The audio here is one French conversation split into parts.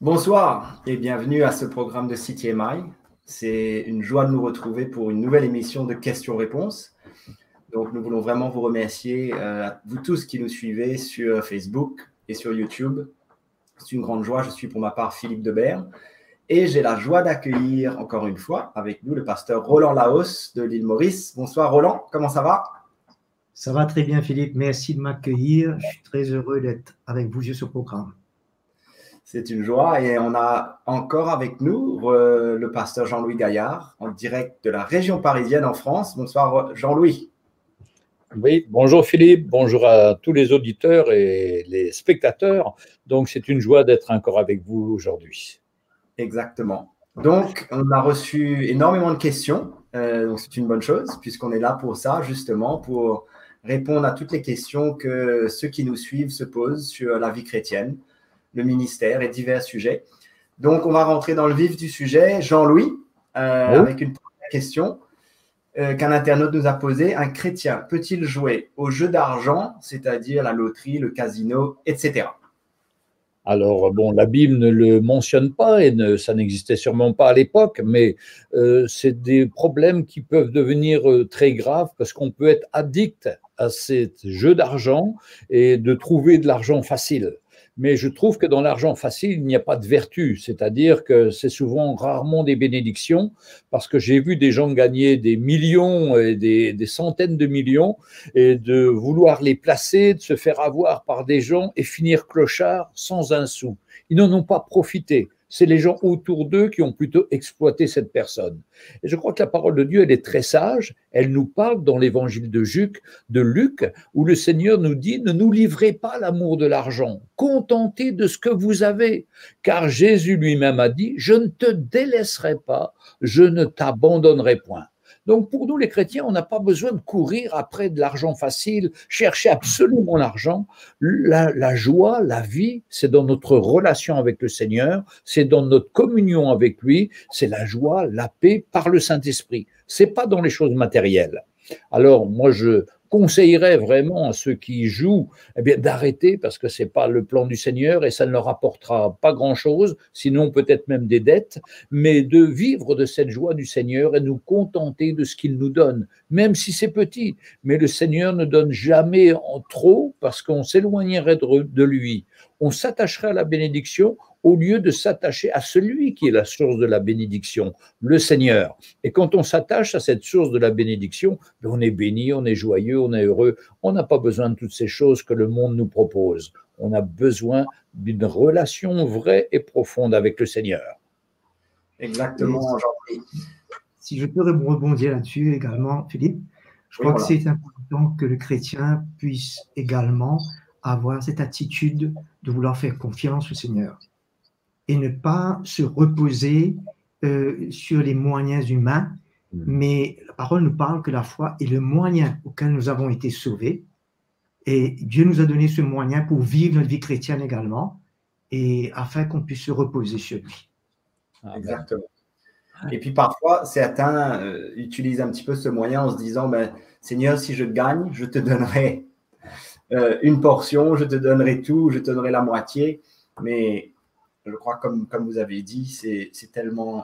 Bonsoir et bienvenue à ce programme de CTMI. C'est une joie de nous retrouver pour une nouvelle émission de questions-réponses. Donc, nous voulons vraiment vous remercier, à vous tous qui nous suivez sur Facebook et sur YouTube. C'est une grande joie. Je suis pour ma part Philippe Debert et j'ai la joie d'accueillir encore une fois avec nous le pasteur Roland Laos de l'île Maurice. Bonsoir Roland, comment ça va? Ça va très bien Philippe, merci de m'accueillir. Je suis très heureux d'être avec vous sur ce programme. C'est une joie et on a encore avec nous le pasteur Jean-Louis Gaillard en direct de la région parisienne en France. Bonsoir Jean-Louis. Oui, bonjour Philippe, bonjour à tous les auditeurs et les spectateurs. Donc, c'est une joie d'être encore avec vous aujourd'hui. Exactement. Donc, on a reçu énormément de questions. Donc, c'est une bonne chose puisqu'on est là pour ça, justement, pour répondre à toutes les questions que ceux qui nous suivent se posent sur la vie chrétienne, le ministère et divers sujets. Donc, on va rentrer dans le vif du sujet. Jean-Louis, avec une première question qu'un internaute nous a posée. Un chrétien peut-il jouer au jeu d'argent, c'est-à-dire la loterie, le casino, etc.? Alors, bon, la Bible ne le mentionne pas et ça n'existait sûrement pas à l'époque, mais c'est des problèmes qui peuvent devenir très graves parce qu'on peut être addict à ces jeux d'argent et de trouver de l'argent facile. Mais je trouve que dans l'argent facile, il n'y a pas de vertu, c'est-à-dire que c'est souvent rarement des bénédictions, parce que j'ai vu des gens gagner des millions et des centaines de millions et de vouloir les placer, de se faire avoir par des gens et finir clochard sans un sou. Ils n'en ont pas profité. C'est les gens autour d'eux qui ont plutôt exploité cette personne. Et je crois que la parole de Dieu, elle est très sage. Elle nous parle dans l'évangile de Luc, où le Seigneur nous dit « Ne nous livrez pas l'amour de l'argent, contentez de ce que vous avez. » Car Jésus lui-même a dit « Je ne te délaisserai pas, je ne t'abandonnerai point. » Donc, pour nous, les chrétiens, on n'a pas besoin de courir après de l'argent facile, chercher absolument l'argent. La joie, la vie, c'est dans notre relation avec le Seigneur, c'est dans notre communion avec lui, c'est la joie, la paix par le Saint-Esprit. C'est pas dans les choses matérielles. Alors, moi, je conseillerais vraiment à ceux qui jouent d'arrêter parce que ce n'est pas le plan du Seigneur et ça ne leur apportera pas grand-chose, sinon peut-être même des dettes, mais de vivre de cette joie du Seigneur et nous contenter de ce qu'il nous donne, même si c'est petit. Mais le Seigneur ne donne jamais en trop parce qu'on s'éloignerait de lui. On s'attacherait à la bénédiction au lieu de s'attacher à celui qui est la source de la bénédiction, le Seigneur. Et quand on s'attache à cette source de la bénédiction, on est béni, on est joyeux, on est heureux. On n'a pas besoin de toutes ces choses que le monde nous propose. On a besoin d'une relation vraie et profonde avec le Seigneur. Exactement, Jean-Louis. Si je peux rebondir là-dessus également, Philippe, je crois que c'est important que le chrétien puisse également avoir cette attitude de vouloir faire confiance au Seigneur et ne pas se reposer sur les moyens humains, mais la parole nous parle que la foi est le moyen auquel nous avons été sauvés et Dieu nous a donné ce moyen pour vivre notre vie chrétienne également et afin qu'on puisse se reposer sur lui. Exactement. Et puis parfois, certains utilisent un petit peu ce moyen en se disant Seigneur, si je gagne, je te donnerai une portion, je te donnerai tout, je te donnerai la moitié. Mais je crois, comme vous avez dit, c'est tellement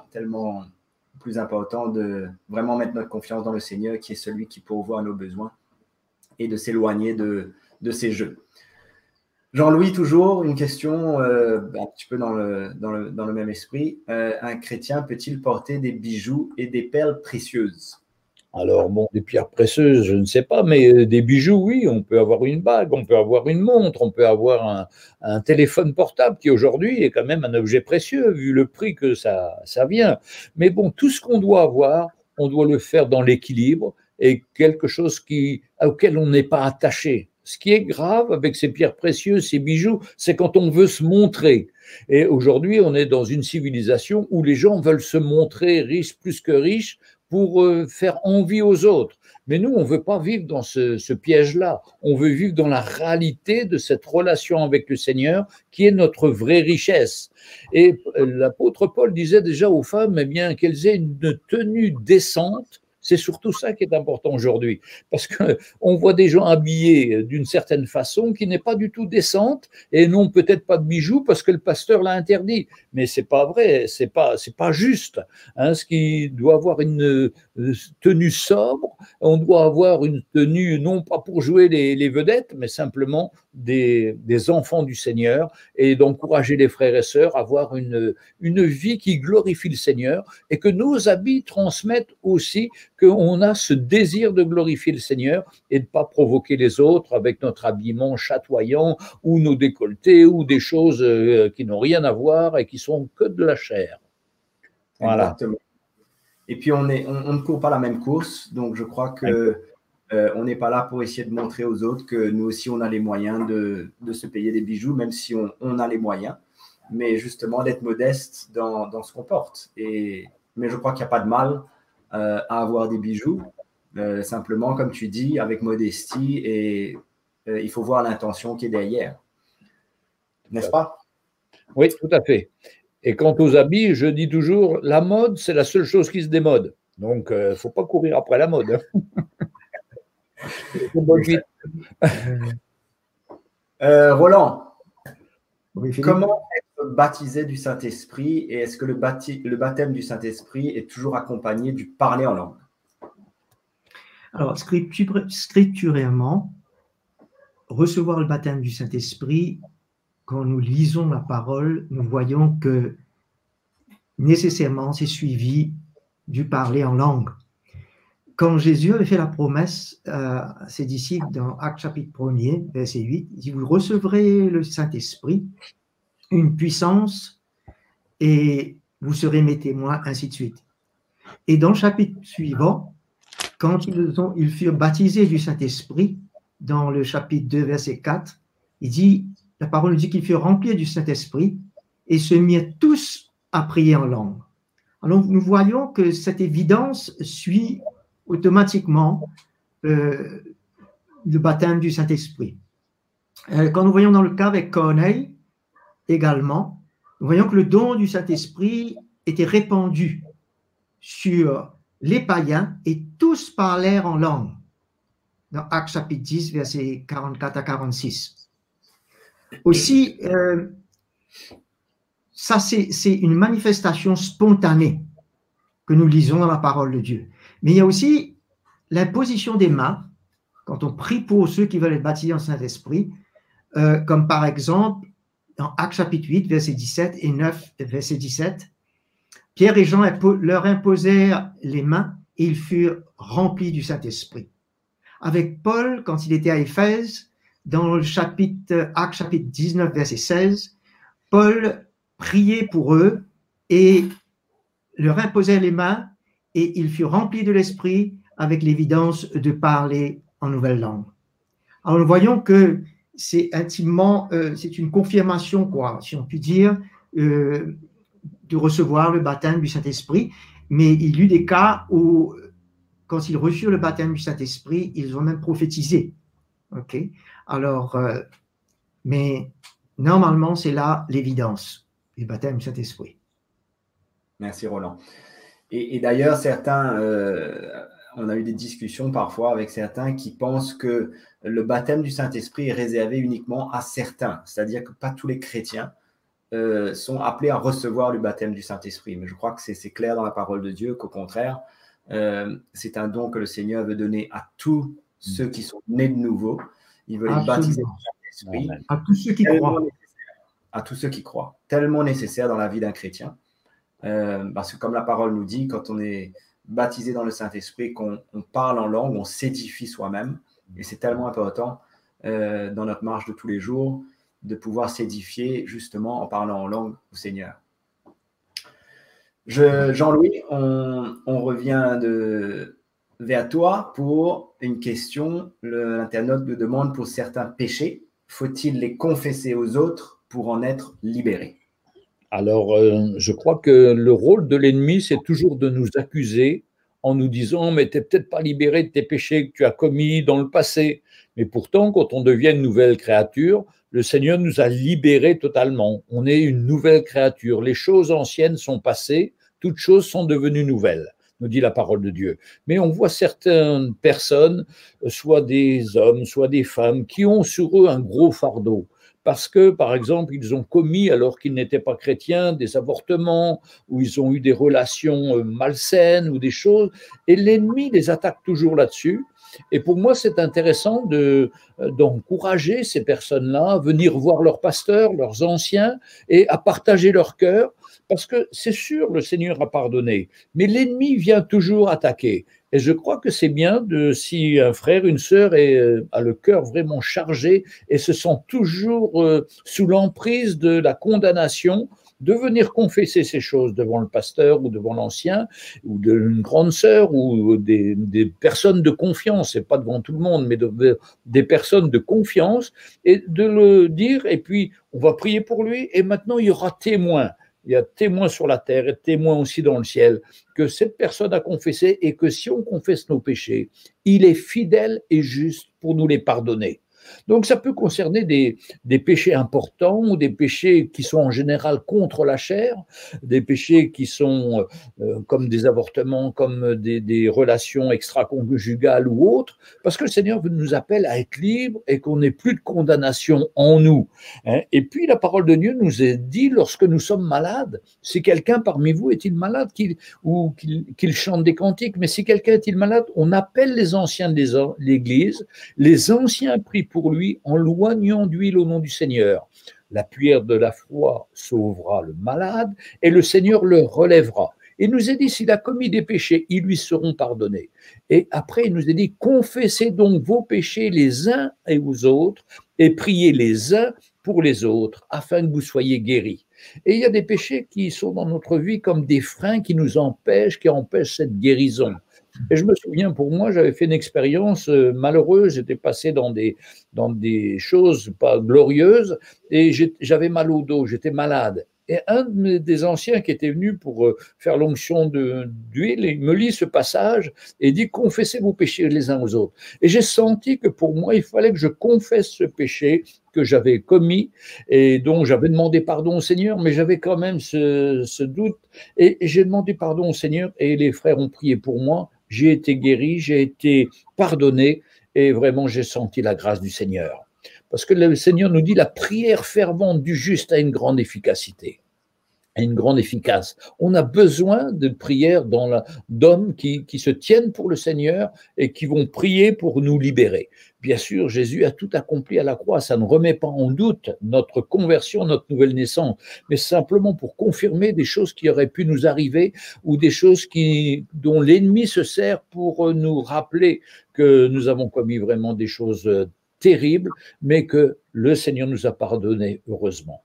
plus important de vraiment mettre notre confiance dans le Seigneur, qui est celui qui pourvoit à nos besoins, et de s'éloigner de ces jeux. Jean-Louis, toujours une question un petit peu dans le même esprit. Un chrétien peut-il porter des bijoux et des perles précieuses? Alors, bon, des pierres précieuses, je ne sais pas, mais des bijoux, oui, on peut avoir une bague, on peut avoir une montre, on peut avoir un téléphone portable qui aujourd'hui est quand même un objet précieux, vu le prix que ça vient. Mais bon, tout ce qu'on doit avoir, on doit le faire dans l'équilibre et quelque chose auquel on n'est pas attaché. Ce qui est grave avec ces pierres précieuses, ces bijoux, c'est quand on veut se montrer. Et aujourd'hui, on est dans une civilisation où les gens veulent se montrer riches plus que riches pour faire envie aux autres. Mais nous, on ne veut pas vivre dans ce piège-là. On veut vivre dans la réalité de cette relation avec le Seigneur qui est notre vraie richesse. Et l'apôtre Paul disait déjà aux femmes qu'elles aient une tenue décente, C'est surtout ça qui est important aujourd'hui, parce qu'on voit des gens habillés d'une certaine façon qui n'est pas du tout décente et n'ont peut-être pas de bijoux parce que le pasteur l'a interdit. Mais c'est pas vrai, c'est pas juste. Hein, ce qui doit avoir une tenue sobre, on doit avoir une tenue non pas pour jouer les vedettes, mais simplement des enfants du Seigneur, et d'encourager les frères et sœurs à avoir une vie qui glorifie le Seigneur, et que nos habits transmettent aussi qu'on a ce désir de glorifier le Seigneur et de ne pas provoquer les autres avec notre habillement chatoyant ou nos décolletés ou des choses qui n'ont rien à voir et qui sont que de la chair. Voilà. Exactement. Et puis on ne court pas la même course, donc je crois que on n'est pas là pour essayer de montrer aux autres que nous aussi on a les moyens de se payer des bijoux, même si on a les moyens, mais justement d'être modeste dans ce qu'on porte. Mais je crois qu'il n'y a pas de mal à avoir des bijoux, simplement comme tu dis, avec modestie, et il faut voir l'intention qui est derrière. N'est-ce pas? Oui, tout à fait. Et quant aux habits, je dis toujours, la mode, c'est la seule chose qui se démode. Donc, il ne faut pas courir après la mode. Roland, Oui, comment être baptisé du Saint-Esprit, et est-ce que le baptême du Saint-Esprit est toujours accompagné du parler en langue? Alors, scripturairement, recevoir le baptême du Saint-Esprit, quand nous lisons la parole, nous voyons que nécessairement c'est suivi du parler en langue. Quand Jésus avait fait la promesse à ses disciples dans Actes chapitre 1er, verset 8, il dit, vous recevrez le Saint-Esprit, une puissance, et vous serez mes témoins, ainsi de suite. Et dans le chapitre suivant, quand ils furent baptisés du Saint-Esprit, dans le chapitre 2, verset 4, il dit, la parole nous dit qu'ils furent remplis du Saint-Esprit et se mirent tous à prier en langue. Alors nous voyons que cette évidence suit automatiquement le baptême du Saint-Esprit. Quand nous voyons dans le cas avec Corneille également, nous voyons que le don du Saint-Esprit était répandu sur les païens et tous parlèrent en langue. Dans Actes chapitre 10, versets 44 à 46. Aussi, ça c'est une manifestation spontanée que nous lisons dans la parole de Dieu. Mais il y a aussi l'imposition des mains, quand on prie pour ceux qui veulent être baptisés en Saint-Esprit, comme par exemple dans Actes chapitre 8, verset 17 et 9, verset 17, Pierre et Jean leur imposèrent les mains et ils furent remplis du Saint-Esprit. Avec Paul, quand il était à Éphèse, dans le Actes chapitre 19, verset 16, Paul priait pour eux et leur imposait les mains et ils furent remplis de l'Esprit avec l'évidence de parler en nouvelle langue. Alors nous voyons que c'est intimement, c'est une confirmation, quoi, si on peut dire, de recevoir le baptême du Saint-Esprit, mais il y eut des cas où, quand ils reçurent le baptême du Saint-Esprit, ils ont même prophétisé. Ok. Alors, mais normalement, c'est là l'évidence du baptême du Saint-Esprit. Merci Roland. Et d'ailleurs, certains, on a eu des discussions parfois avec certains qui pensent que le baptême du Saint-Esprit est réservé uniquement à certains, c'est-à-dire que pas tous les chrétiens sont appelés à recevoir le baptême du Saint-Esprit. Mais je crois que c'est clair dans la parole de Dieu qu'au contraire, c'est un don que le Seigneur veut donner à tous ceux qui sont nés de nouveau. Il veut les baptiser du Saint-Esprit. À tous ceux qui croient. À tous ceux qui croient. Tellement nécessaire dans la vie d'un chrétien. Parce que comme la parole nous dit, quand on est baptisé dans le Saint-Esprit, qu'on parle en langue, on s'édifie soi-même. Et c'est tellement important dans notre marche de tous les jours de pouvoir s'édifier justement en parlant en langue au Seigneur. Jean-Louis, on revient vers toi pour une question. L'internaute nous demande, pour certains péchés, faut-il les confesser aux autres pour en être libéré? Alors, je crois que le rôle de l'ennemi, c'est toujours de nous accuser en nous disant « mais tu n'es peut-être pas libéré de tes péchés que tu as commis dans le passé ». Mais pourtant, quand on devient une nouvelle créature, le Seigneur nous a libérés totalement. On est une nouvelle créature. Les choses anciennes sont passées, toutes choses sont devenues nouvelles. nous dit la parole de Dieu. Mais on voit certaines personnes, soit des hommes, soit des femmes, qui ont sur eux un gros fardeau. Parce que, par exemple, ils ont commis, alors qu'ils n'étaient pas chrétiens, des avortements, ou ils ont eu des relations malsaines, ou des choses, et l'ennemi les attaque toujours là-dessus. Et pour moi, c'est intéressant d'encourager ces personnes-là à venir voir leurs pasteurs, leurs anciens, et à partager leur cœur, parce que c'est sûr, le Seigneur a pardonné, mais l'ennemi vient toujours attaquer. Et je crois que c'est bien si un frère, une sœur a le cœur vraiment chargé et se sent toujours sous l'emprise de la condamnation, de venir confesser ces choses devant le pasteur ou devant l'ancien ou d'une grande sœur ou des personnes de confiance, et pas devant tout le monde, mais des personnes de confiance, et de le dire, et puis on va prier pour lui, et maintenant il y aura témoin. Il y a témoin sur la terre et témoin aussi dans le ciel, que cette personne a confessé, et que si on confesse nos péchés, il est fidèle et juste pour nous les pardonner. Donc ça peut concerner des péchés importants ou des péchés qui sont en général contre la chair, des péchés qui sont comme des avortements, comme des relations extra-conjugales ou autres, parce que le Seigneur nous appelle à être libres et qu'on n'ait plus de condamnation en nous. Et puis la parole de Dieu nous est dit, lorsque nous sommes malades, si quelqu'un parmi vous est-il malade, qu'il chante des cantiques, mais si quelqu'un est-il malade, on appelle les anciens de l'Église, les anciens prient pour lui en loignant d'huile au nom du Seigneur. La prière de la foi sauvera le malade et le Seigneur le relèvera. Il nous est dit, s'il a commis des péchés, ils lui seront pardonnés. Et après, il nous est dit, confessez donc vos péchés les uns et aux autres et priez les uns pour les autres afin que vous soyez guéris. Et il y a des péchés qui sont dans notre vie comme des freins qui nous empêchent, qui empêchent cette guérison. Et je me souviens, pour moi, j'avais fait une expérience malheureuse, j'étais passé dans des choses pas glorieuses, et j'avais mal au dos, j'étais malade. Et un des anciens qui était venu pour faire l'onction d'huile, il me lit ce passage et dit « Confessez vos péchés les uns aux autres ». Et j'ai senti que pour moi, il fallait que je confesse ce péché que j'avais commis et dont j'avais demandé pardon au Seigneur, mais j'avais quand même ce doute. Et j'ai demandé pardon au Seigneur et les frères ont prié pour moi. J'ai été guéri, j'ai été pardonné et vraiment j'ai senti la grâce du Seigneur. Parce que le Seigneur nous dit la prière fervente du juste a une grande efficacité, a une grande efficace. On a besoin de prières d'hommes qui se tiennent pour le Seigneur et qui vont prier pour nous libérer. Bien sûr, Jésus a tout accompli à la croix, ça ne remet pas en doute notre conversion, notre nouvelle naissance, mais simplement pour confirmer des choses qui auraient pu nous arriver ou des choses dont l'ennemi se sert pour nous rappeler que nous avons commis vraiment des choses terribles, mais que le Seigneur nous a pardonné, heureusement.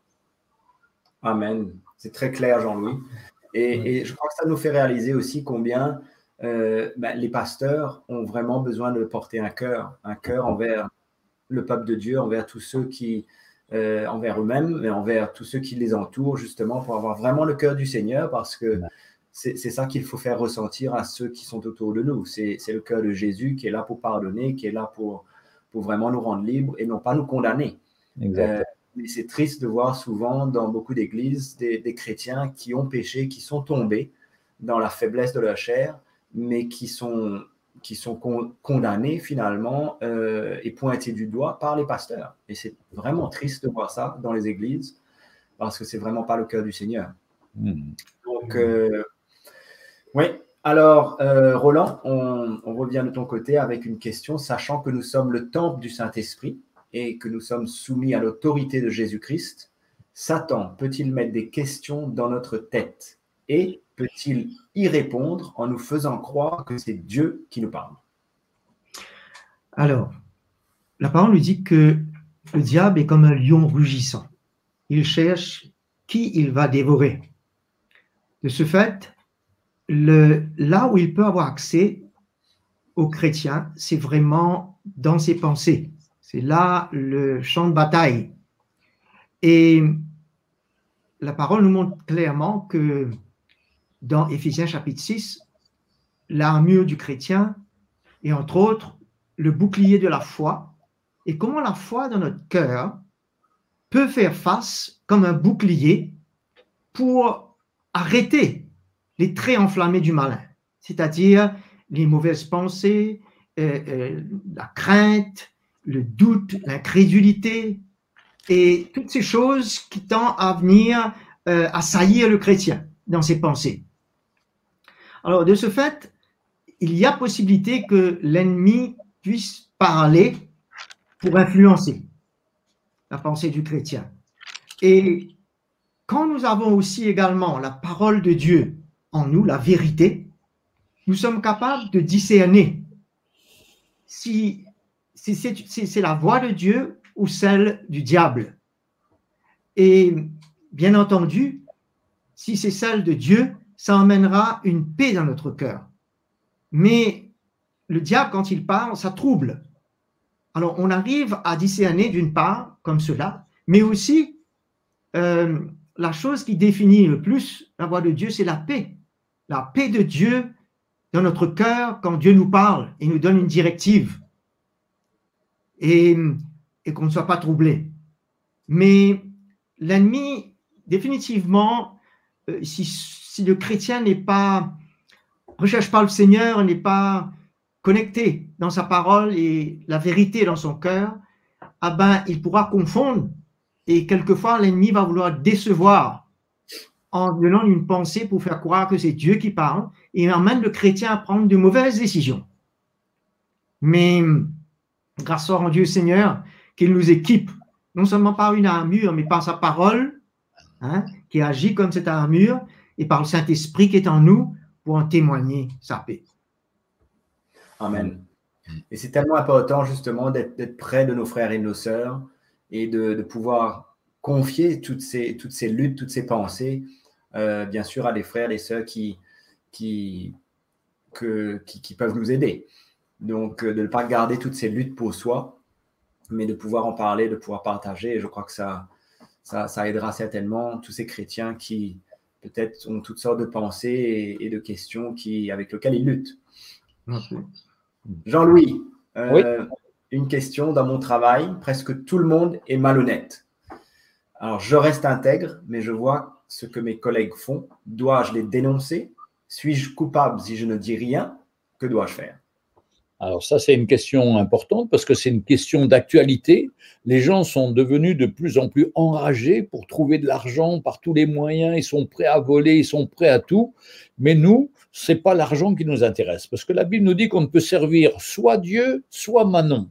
Amen. C'est très clair, Jean-Louis. Et je crois que ça nous fait réaliser aussi combien les pasteurs ont vraiment besoin de porter un cœur envers le peuple de Dieu, envers tous ceux envers eux-mêmes, mais envers tous ceux qui les entourent, justement, pour avoir vraiment le cœur du Seigneur, parce que c'est ça qu'il faut faire ressentir à ceux qui sont autour de nous. C'est le cœur de Jésus qui est là pour pardonner, qui est là pour vraiment nous rendre libres et non pas nous condamner. Mais c'est triste de voir souvent dans beaucoup d'églises des chrétiens qui ont péché, qui sont tombés dans la faiblesse de leur chair, mais qui sont condamnés finalement et pointés du doigt par les pasteurs. Et c'est vraiment triste de voir ça dans les églises parce que c'est vraiment pas le cœur du Seigneur. Donc, oui. Alors, Roland, on revient de ton côté avec une question, sachant que nous sommes le temple du Saint-Esprit et que nous sommes soumis à l'autorité de Jésus-Christ. Satan peut-il mettre des questions dans notre tête et peut-il y répondre en nous faisant croire que c'est Dieu qui nous parle? Alors, la parole nous dit que le diable est comme un lion rugissant. Il cherche qui il va dévorer. De ce fait, là où il peut avoir accès aux chrétiens, c'est vraiment dans ses pensées. C'est là le champ de bataille. Et la parole nous montre clairement que dans Éphésiens chapitre 6, l'armure du chrétien est entre autres le bouclier de la foi et comment la foi dans notre cœur peut faire face comme un bouclier pour arrêter les traits enflammés du malin. c'est-à-dire les mauvaises pensées, la crainte, le doute, l'incrédulité, et toutes ces choses qui tendent à venir assaillir le chrétien dans ses pensées. Alors, de ce fait, il y a possibilité que l'ennemi puisse parler pour influencer la pensée du chrétien. Et quand nous avons aussi également la parole de Dieu en nous, la vérité, nous sommes capables de discerner si c'est la voix de Dieu ou celle du diable. Et bien entendu, si c'est celle de Dieu, ça emmènera une paix dans notre cœur. Mais le diable, quand il parle, ça trouble. Alors, on arrive à discerner d'une part, comme cela, mais aussi, la chose qui définit le plus la voix de Dieu, c'est la paix. La paix de Dieu dans notre cœur quand Dieu nous parle et nous donne une directive. Et qu'on ne soit pas troublé. Mais l'ennemi, définitivement, si le chrétien recherche pas le Seigneur, n'est pas connecté dans sa parole et la vérité dans son cœur, ah ben, il pourra confondre et quelquefois l'ennemi va vouloir décevoir en donnant une pensée pour faire croire que c'est Dieu qui parle et emmène le chrétien à prendre de mauvaises décisions. Mais grâce soit rendu au Seigneur qu'il nous équipe non seulement par une armure, mais par sa parole, qui agit comme cette armure, et par le Saint-Esprit qui est en nous pour en témoigner sa paix. Amen. Et c'est tellement important justement d'être près de nos frères et de nos sœurs et de pouvoir confier toutes ces luttes, toutes ces pensées, bien sûr, à des frères et sœurs qui peuvent nous aider. Donc, de ne pas garder toutes ces luttes pour soi, mais de pouvoir en parler, de pouvoir partager. Et je crois que ça aidera certainement tous ces chrétiens qui peut-être ont toutes sortes de pensées et de questions avec lesquelles ils luttent. Okay. Jean-Louis, Oui. Une question dans mon travail. Presque tout le monde est malhonnête. Alors, je reste intègre, mais je vois ce que mes collègues font. Dois-je les dénoncer? Suis-je coupable si je ne dis rien? Que dois-je faire? Alors ça, c'est une question importante parce que c'est une question d'actualité. Les gens sont devenus de plus en plus enragés pour trouver de l'argent par tous les moyens. Ils sont prêts à voler, ils sont prêts à tout. Mais nous, c'est pas l'argent qui nous intéresse parce que la Bible nous dit qu'on ne peut servir soit Dieu, soit Mammon.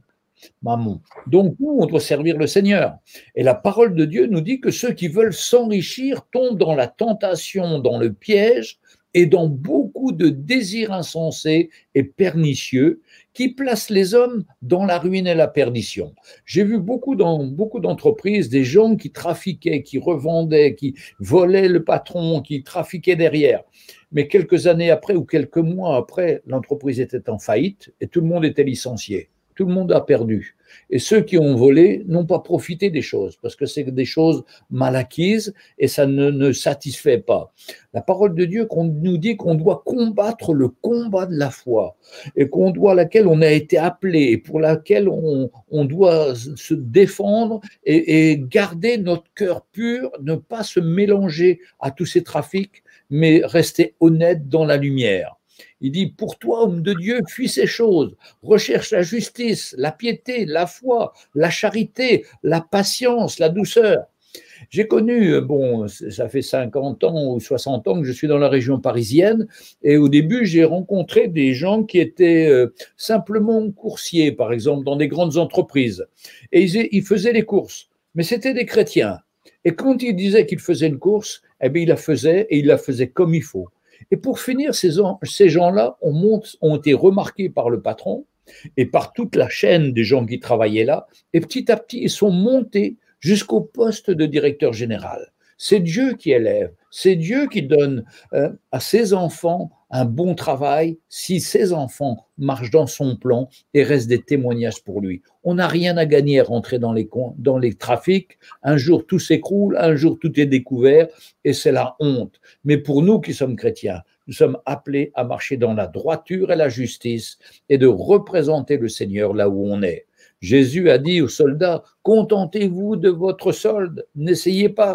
Donc nous, on doit servir le Seigneur. Et la parole de Dieu nous dit que ceux qui veulent s'enrichir tombent dans la tentation, dans le piège et dans beaucoup de désirs insensés et pernicieux qui placent les hommes dans la ruine et la perdition. J'ai vu dans beaucoup d'entreprises des gens qui trafiquaient, qui revendaient, qui volaient le patron, qui trafiquaient derrière. Mais quelques années après ou quelques mois après, l'entreprise était en faillite et tout le monde était licencié. Tout le monde a perdu. Et ceux qui ont volé n'ont pas profité des choses parce que c'est des choses mal acquises et ça ne satisfait pas. La parole de Dieu nous dit qu'on doit combattre le combat de la foi et à laquelle on a été appelé et pour laquelle on doit se défendre et garder notre cœur pur, ne pas se mélanger à tous ces trafics, mais rester honnête dans la lumière. Il dit, pour toi, homme de Dieu, fuis ces choses, recherche la justice, la piété, la foi, la charité, la patience, la douceur. J'ai connu, ça fait 50 ans ou 60 ans que je suis dans la région parisienne et au début, j'ai rencontré des gens qui étaient simplement coursiers, par exemple, dans des grandes entreprises. Et ils faisaient les courses, mais c'était des chrétiens. Et quand ils disaient qu'ils faisaient une course, eh bien, ils la faisaient et ils la faisaient comme il faut. Et pour finir, ces gens-là ont été remarqués par le patron et par toute la chaîne des gens qui travaillaient là. Et petit à petit, ils sont montés jusqu'au poste de directeur général. C'est Dieu qui élève, c'est Dieu qui donne à ses enfants un bon travail si ses enfants marchent dans son plan et restent des témoignages pour lui. On n'a rien à gagner à rentrer dans les trafics. Un jour, tout s'écroule, un jour, tout est découvert et c'est la honte. Mais pour nous qui sommes chrétiens, nous sommes appelés à marcher dans la droiture et la justice et de représenter le Seigneur là où on est. Jésus a dit aux soldats, contentez-vous de votre solde, n'essayez pas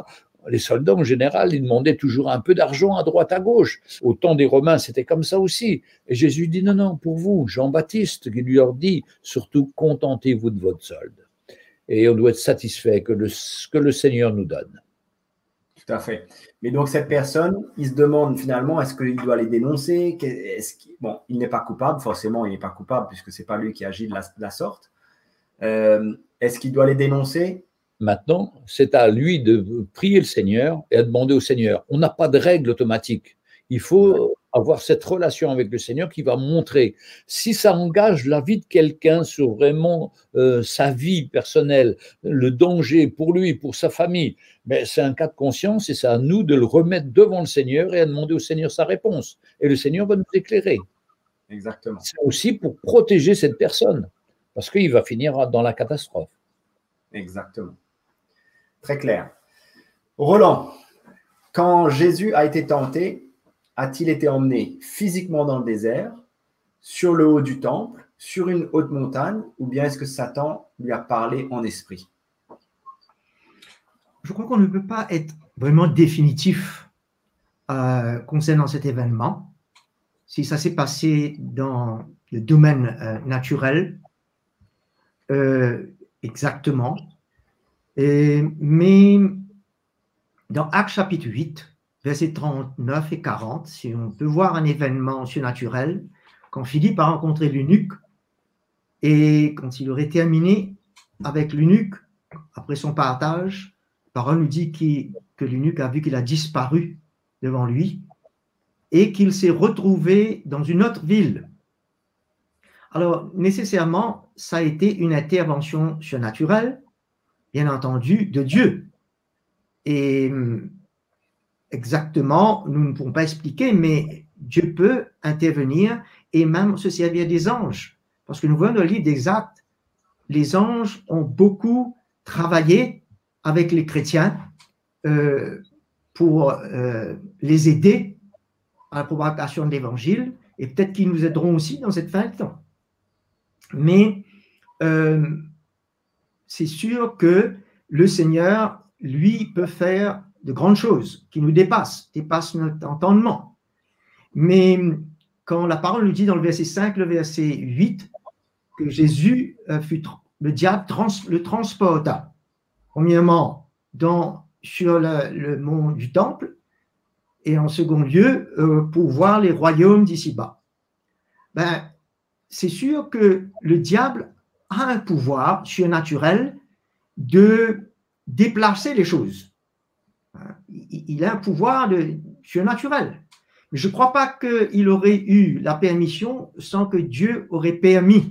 les soldats en général, ils demandaient toujours un peu d'argent à droite, à gauche. Au temps des Romains, c'était comme ça aussi. Et Jésus dit, non, non, pour vous, Jean-Baptiste, qui lui leur dit, surtout contentez-vous de votre solde. Et on doit être satisfait que ce que le Seigneur nous donne. Tout à fait. Mais donc, cette personne, il se demande finalement, est-ce qu'il doit les dénoncer? Bon, il n'est pas coupable, forcément, il n'est pas coupable puisque ce n'est pas lui qui agit de la sorte. Est-ce qu'il doit les dénoncer? Maintenant, c'est à lui de prier le Seigneur et à demander au Seigneur. On n'a pas de règle automatique. Il faut avoir cette relation avec le Seigneur qui va montrer si ça engage la vie de quelqu'un sur vraiment sa vie personnelle, le danger pour lui, pour sa famille. Mais c'est un cas de conscience et c'est à nous de le remettre devant le Seigneur et à demander au Seigneur sa réponse. Et le Seigneur va nous éclairer. Exactement. C'est aussi pour protéger cette personne parce qu'il va finir dans la catastrophe. Exactement. Très clair. Roland, quand Jésus a été tenté, a-t-il été emmené physiquement dans le désert, sur le haut du temple, sur une haute montagne, ou bien est-ce que Satan lui a parlé en esprit? Je crois qu'on ne peut pas être vraiment définitif concernant cet événement. Si ça s'est passé dans le domaine naturel, exactement. Mais dans Actes chapitre 8, versets 39 et 40, si on peut voir un événement surnaturel, quand Philippe a rencontré l'eunuque, et quand il aurait terminé avec l'eunuque, après son partage, la parole nous dit que l'eunuque a vu qu'il a disparu devant lui et qu'il s'est retrouvé dans une autre ville. Alors, nécessairement, ça a été une intervention surnaturelle, bien entendu, de Dieu. Et exactement, nous ne pouvons pas expliquer, mais Dieu peut intervenir et même se servir des anges. Parce que nous voyons dans le livre des Actes, les anges ont beaucoup travaillé avec les chrétiens pour les aider à la propagation de l'évangile, et peut-être qu'ils nous aideront aussi dans cette fin de temps. Mais c'est sûr que le Seigneur, lui, peut faire de grandes choses qui nous dépassent notre entendement. Mais quand la parole nous dit dans le verset 5, le verset 8, que Jésus le diable le transporta, premièrement, sur le mont du temple, et en second lieu, pour voir les royaumes d'ici-bas. Ben, c'est sûr que le diable a un pouvoir surnaturel de déplacer les choses. Il a un pouvoir surnaturel. Mais je ne crois pas qu'il aurait eu la permission sans que Dieu aurait permis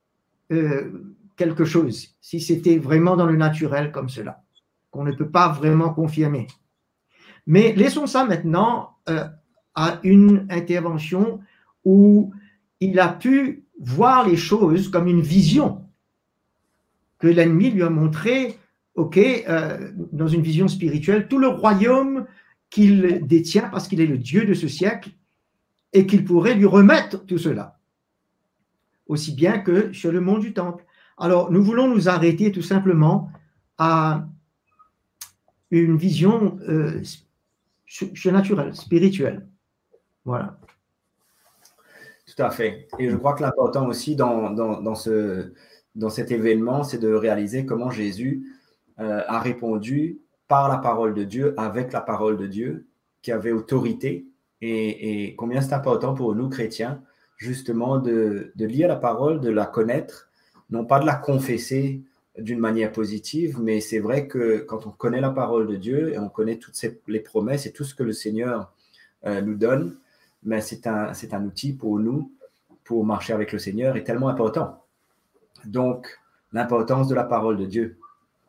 quelque chose, si c'était vraiment dans le naturel comme cela, qu'on ne peut pas vraiment confirmer. Mais laissons ça maintenant à une intervention où il a pu voir les choses comme une vision que l'ennemi lui a montré, dans une vision spirituelle, tout le royaume qu'il détient parce qu'il est le Dieu de ce siècle et qu'il pourrait lui remettre tout cela, aussi bien que sur le mont du temple. Alors, nous voulons nous arrêter tout simplement à une vision surnaturelle, spirituelle. Voilà. Tout à fait. Et je crois que l'important aussi dans cet événement, c'est de réaliser comment Jésus a répondu par la parole de Dieu, avec la parole de Dieu, qui avait autorité, et combien c'est important pour nous, chrétiens, justement, de lire la parole, de la connaître, non pas de la confesser d'une manière positive, mais c'est vrai que quand on connaît la parole de Dieu et on connaît toutes les promesses et tout ce que le Seigneur nous donne, mais c'est un outil pour nous, pour marcher avec le Seigneur, est tellement important. Donc, l'importance de la parole de Dieu.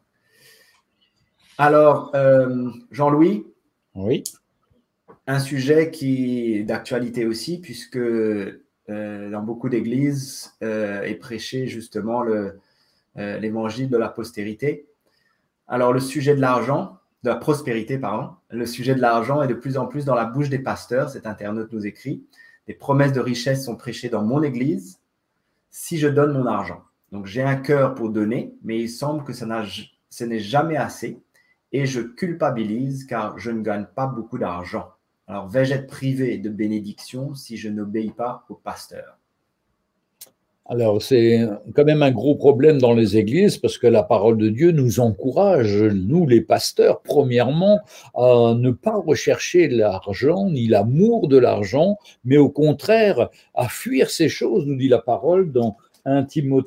Alors, Jean-Louis, oui. Un sujet qui est d'actualité aussi, puisque dans beaucoup d'églises est prêché justement l'évangile de la postérité. Alors, le sujet de l'argent, de la prospérité, pardon, le sujet de l'argent est de plus en plus dans la bouche des pasteurs. Cet internaute nous écrit: des promesses de richesse sont prêchées dans mon église si je donne mon argent. Donc, j'ai un cœur pour donner, mais il semble que ce n'est jamais assez et je culpabilise car je ne gagne pas beaucoup d'argent. Alors, vais-je être privé de bénédiction si je n'obéis pas au pasteur? Alors, c'est quand même un gros problème dans les églises parce que la parole de Dieu nous encourage, nous les pasteurs, premièrement, à ne pas rechercher l'argent ni l'amour de l'argent, mais au contraire, à fuir ces choses, nous dit la parole dans 1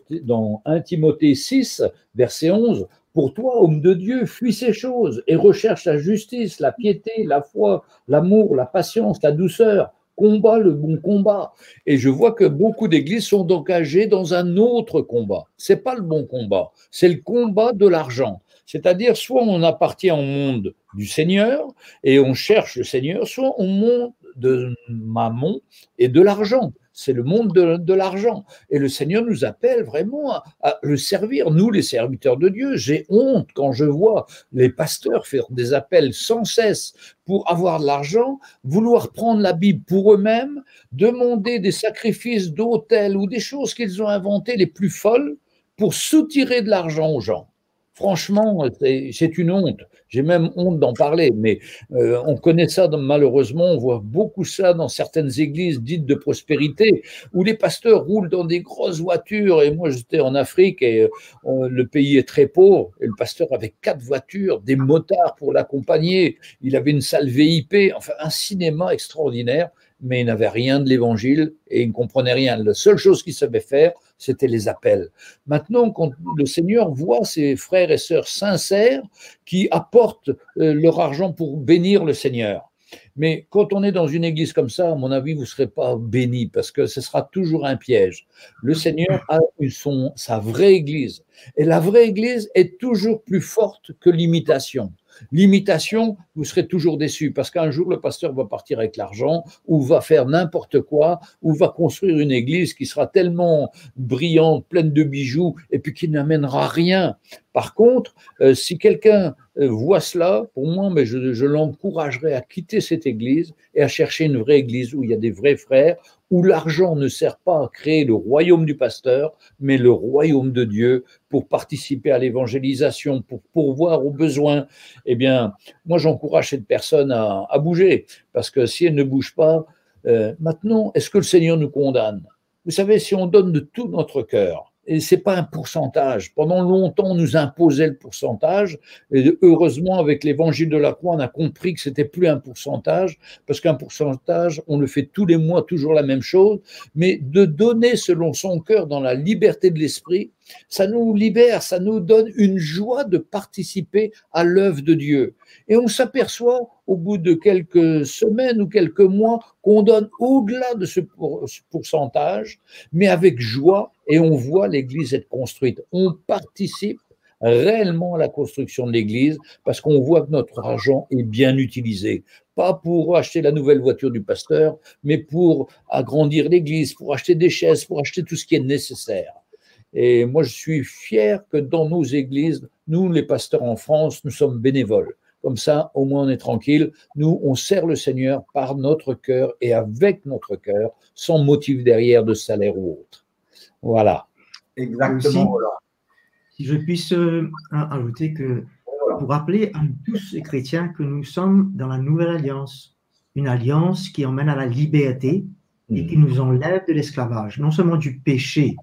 Timothée 6, verset 11. Pour toi, homme de Dieu, fuis ces choses et recherche la justice, la piété, la foi, l'amour, la patience, la douceur. Combat le bon combat. Et je vois que beaucoup d'églises sont engagées dans un autre combat. C'est pas le bon combat, c'est le combat de l'argent. C'est-à-dire, soit on appartient au monde du Seigneur et on cherche le Seigneur, soit au monde de Mammon et de l'argent. C'est le monde de l'argent. Et le Seigneur nous appelle vraiment à le servir. Nous, les serviteurs de Dieu, j'ai honte quand je vois les pasteurs faire des appels sans cesse pour avoir de l'argent, vouloir prendre la Bible pour eux-mêmes, demander des sacrifices d'autel ou des choses qu'ils ont inventées les plus folles pour soutirer de l'argent aux gens. Franchement, c'est une honte. J'ai même honte d'en parler, mais on connaît ça malheureusement, on voit beaucoup ça dans certaines églises dites de prospérité, où les pasteurs roulent dans des grosses voitures, et moi j'étais en Afrique, et le pays est très pauvre, et le pasteur avait 4 voitures, des motards pour l'accompagner, il avait une salle VIP, enfin un cinéma extraordinaire, mais il n'avait rien de l'évangile, et il ne comprenait rien. La seule chose qu'il savait faire, c'était les appels. Maintenant, quand le Seigneur voit ses frères et sœurs sincères qui apportent leur argent pour bénir le Seigneur. Mais quand on est dans une église comme ça, à mon avis, vous ne serez pas bénis parce que ce sera toujours un piège. Le Seigneur a sa vraie église. Et la vraie église est toujours plus forte que l'imitation. L'imitation, vous serez toujours déçus parce qu'un jour, le pasteur va partir avec l'argent ou va faire n'importe quoi ou va construire une église qui sera tellement brillante, pleine de bijoux et puis qui n'amènera rien. Par contre, si quelqu'un voit cela, pour moi, mais je l'encouragerais à quitter cette église et à chercher une vraie église où il y a des vrais frères, où l'argent ne sert pas à créer le royaume du pasteur, mais le royaume de Dieu pour participer à l'évangélisation, pour pourvoir aux besoins. Eh bien, moi, j'encourage cette personne à bouger, parce que si elle ne bouge pas, maintenant, est-ce que le Seigneur nous condamne? Vous savez, si on donne de tout notre cœur, et ce n'est pas un pourcentage. Pendant longtemps, on nous imposait le pourcentage. Et heureusement, avec l'évangile de la croix, on a compris que ce n'était plus un pourcentage, parce qu'un pourcentage, on le fait tous les mois, toujours la même chose. Mais de donner selon son cœur dans la liberté de l'esprit, ça nous libère, ça nous donne une joie de participer à l'œuvre de Dieu. Et on s'aperçoit au bout de quelques semaines ou quelques mois qu'on donne au-delà de ce pourcentage, mais avec joie, et on voit l'Église être construite. On participe réellement à la construction de l'Église parce qu'on voit que notre argent est bien utilisé. Pas pour acheter la nouvelle voiture du pasteur, mais pour agrandir l'Église, pour acheter des chaises, pour acheter tout ce qui est nécessaire. Et moi, je suis fier que dans nos églises, nous, les pasteurs en France, nous sommes bénévoles. Comme ça, au moins, on est tranquille. Nous, on sert le Seigneur par notre cœur et avec notre cœur, sans motif derrière de salaire ou autre. Voilà. Exactement. Aussi, si je puisse ajouter que pour rappeler à nous tous les chrétiens que nous sommes dans la nouvelle alliance, une alliance qui emmène à la liberté et qui nous enlève de l'esclavage, non seulement du péché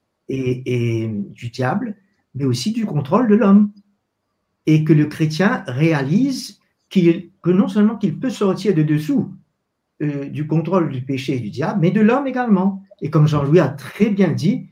et du diable, mais aussi du contrôle de l'homme. Et que le chrétien réalise que non seulement qu'il peut sortir de dessous du contrôle du péché et du diable, mais de l'homme également. Et comme Jean-Louis a très bien dit,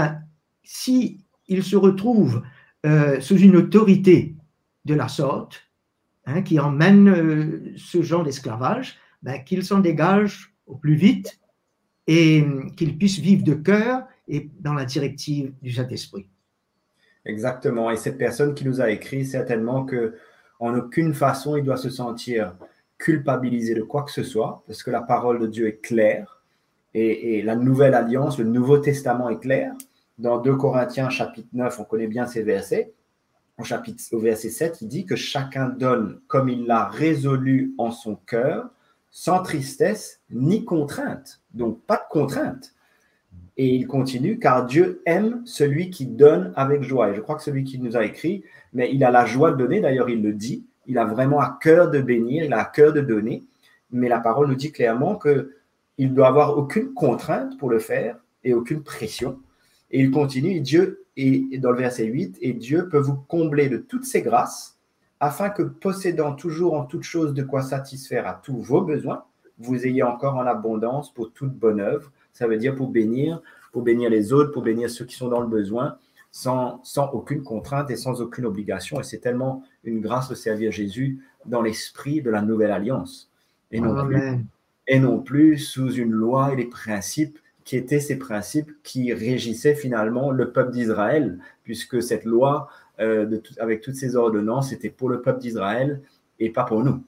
si il se retrouve sous une autorité de la sorte, qui emmène ce genre d'esclavage, qu'il s'en dégage au plus vite et qu'il puisse vivre de cœur et dans la directive du Saint-Esprit. Exactement. Et cette personne qui nous a écrit, certainement qu'en aucune façon, il doit se sentir culpabilisé de quoi que ce soit, parce que la parole de Dieu est claire et la nouvelle alliance, le Nouveau Testament est clair. Dans 2 Corinthiens, chapitre 9, on connaît bien ces versets. Au verset 7, il dit que chacun donne comme il l'a résolu en son cœur, sans tristesse ni contrainte. Donc, pas de contrainte. Et il continue, car Dieu aime celui qui donne avec joie. Et je crois que celui qui nous a écrit, mais il a la joie de donner, d'ailleurs il le dit, il a vraiment à cœur de bénir, il a à cœur de donner, mais la parole nous dit clairement qu'il ne doit avoir aucune contrainte pour le faire et aucune pression. Et il continue, Dieu, et dans le verset 8, et Dieu peut vous combler de toutes ses grâces, afin que, possédant toujours en toute chose de quoi satisfaire à tous vos besoins, vous ayez encore en abondance pour toute bonne œuvre. Ça veut dire pour bénir les autres, pour bénir ceux qui sont dans le besoin, sans aucune contrainte et sans aucune obligation. Et c'est tellement une grâce de servir Jésus dans l'esprit de la nouvelle alliance. Et non plus sous une loi et les principes qui étaient ces principes qui régissaient finalement le peuple d'Israël, puisque cette loi, avec toutes ces ordonnances, c'était pour le peuple d'Israël et pas pour nous.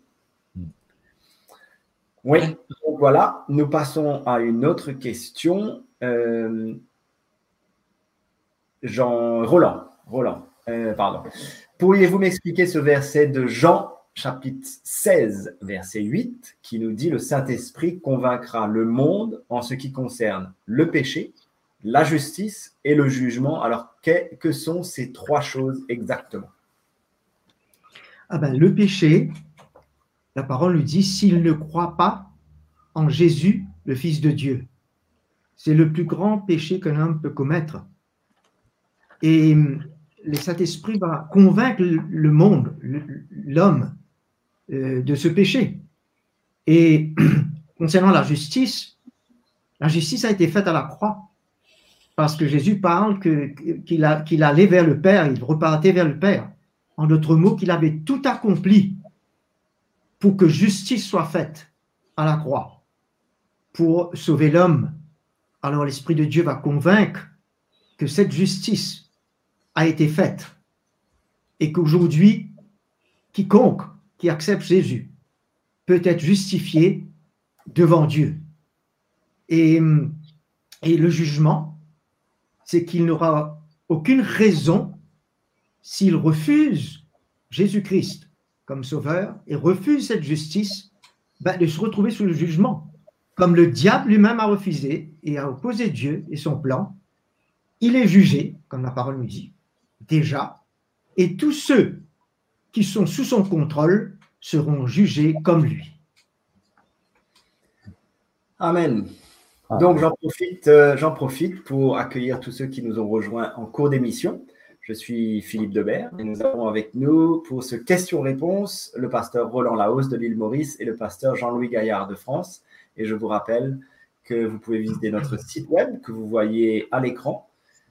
Oui, donc voilà, nous passons à une autre question. Roland, pardon. Pourriez-vous m'expliquer ce verset de Jean, chapitre 16, verset 8, qui nous dit « Le Saint-Esprit convaincra le monde en ce qui concerne le péché, la justice et le jugement. » Alors, que sont ces trois choses exactement? Le péché, la parole nous dit, s'il ne croit pas en Jésus, le Fils de Dieu. C'est le plus grand péché qu'un homme peut commettre. Et le Saint-Esprit va convaincre le monde, l'homme, de ce péché. Et concernant la justice a été faite à la croix, parce que Jésus parle qu'il allait vers le Père, il repartait vers le Père. En d'autres mots, qu'il avait tout accompli pour que justice soit faite à la croix, pour sauver l'homme. Alors l'Esprit de Dieu va convaincre que cette justice a été faite et qu'aujourd'hui, quiconque qui accepte Jésus peut être justifié devant Dieu. Et le jugement, c'est qu'il n'aura aucune raison, s'il refuse Jésus-Christ comme sauveur et refuse cette justice, de se retrouver sous le jugement. Comme le diable lui-même a refusé et a opposé Dieu et son plan, il est jugé, comme la parole nous dit, déjà, et tous ceux qui sont sous son contrôle seront jugés comme lui. Amen. Donc, j'en profite pour accueillir tous ceux qui nous ont rejoints en cours d'émission. Je suis Philippe Debert et nous avons avec nous pour ce question-réponse le pasteur Roland Laos de l'île Maurice et le pasteur Jean-Louis Gaillard de France. Et je vous rappelle que vous pouvez visiter notre site web que vous voyez à l'écran,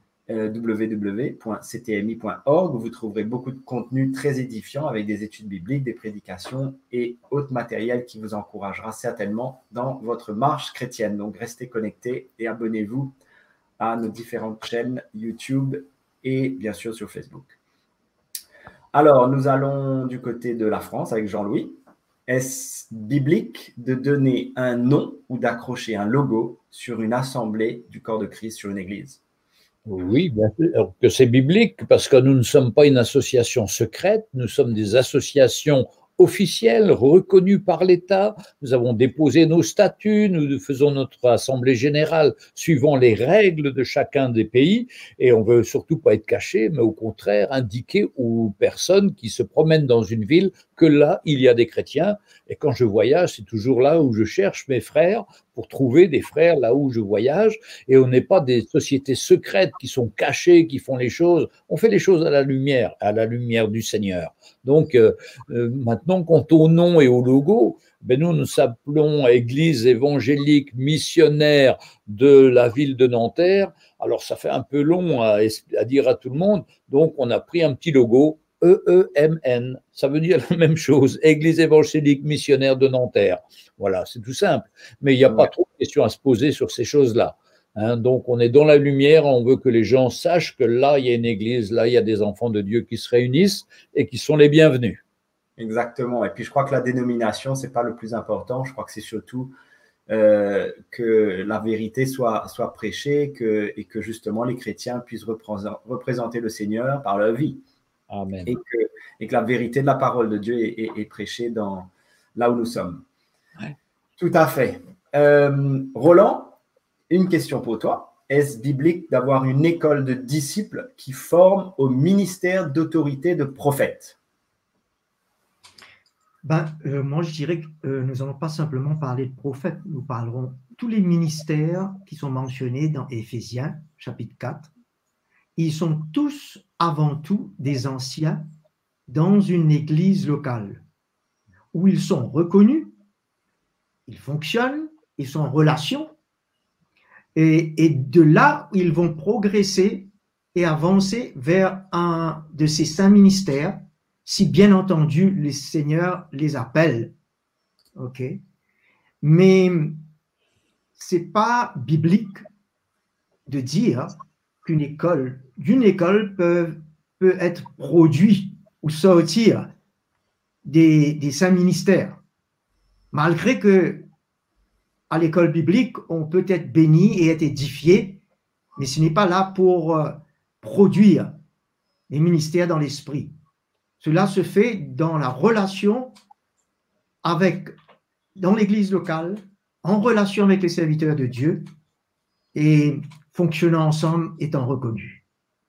www.ctmi.org, où vous trouverez beaucoup de contenu très édifiant avec des études bibliques, des prédications et autres matériels qui vous encouragera certainement dans votre marche chrétienne. Donc, restez connectés et abonnez-vous à nos différentes chaînes YouTube et bien sûr sur Facebook. Alors, nous allons du côté de la France avec Jean-Louis. Est-ce biblique de donner un nom ou d'accrocher un logo sur une assemblée du corps de Christ, sur une église? Oui, bien sûr que c'est biblique, parce que nous ne sommes pas une association secrète, nous sommes des associations officielles, reconnues par l'État. Nous avons déposé nos statuts, nous faisons notre assemblée générale suivant les règles de chacun des pays, et on ne veut surtout pas être caché, mais au contraire indiquer aux personnes qui se promènent dans une ville que là, il y a des chrétiens. Et quand je voyage, c'est toujours là où je cherche mes frères, pour trouver des frères là où je voyage, et on n'est pas des sociétés secrètes qui sont cachées, qui font les choses. On fait les choses à la lumière du Seigneur. Donc maintenant, quant au nom et au logo, nous nous appelons Église évangélique missionnaire de la ville de Nanterre. Alors ça fait un peu long à dire à tout le monde, donc on a pris un petit logo, EEMN, ça veut dire la même chose, Église évangélique missionnaire de Nanterre. Voilà, c'est tout simple. Mais il n'y a pas trop de questions à se poser sur ces choses-là. Donc, on est dans la lumière, on veut que les gens sachent que là, il y a une église, là, il y a des enfants de Dieu qui se réunissent et qui sont les bienvenus. Exactement. Et puis, je crois que la dénomination, ce n'est pas le plus important. Je crois que c'est surtout que la vérité soit prêchée et que justement les chrétiens puissent représenter le Seigneur par leur vie. Amen. Et que la vérité de la parole de Dieu est prêchée là où nous sommes. Ouais. Tout à fait. Roland, une question pour toi. est-ce biblique d'avoir une école de disciples qui forme au ministère d'autorité de prophète? Moi, je dirais que nous n'allons pas simplement parler de prophètes, nous parlerons tous les ministères qui sont mentionnés dans Éphésiens, chapitre 4. Ils sont tous avant tout des anciens dans une église locale où ils sont reconnus, ils fonctionnent, ils sont en relation et de là, ils vont progresser et avancer vers un de ces saints ministères si bien entendu les seigneurs les appellent. OK? Mais c'est pas biblique de dire d'une école peut être produit ou sortir des saints ministères. Malgré que à l'école biblique, on peut être béni et être édifié, mais ce n'est pas là pour produire les ministères dans l'esprit. Cela se fait dans la relation dans l'église locale, en relation avec les serviteurs de Dieu et fonctionnant ensemble, étant reconnus.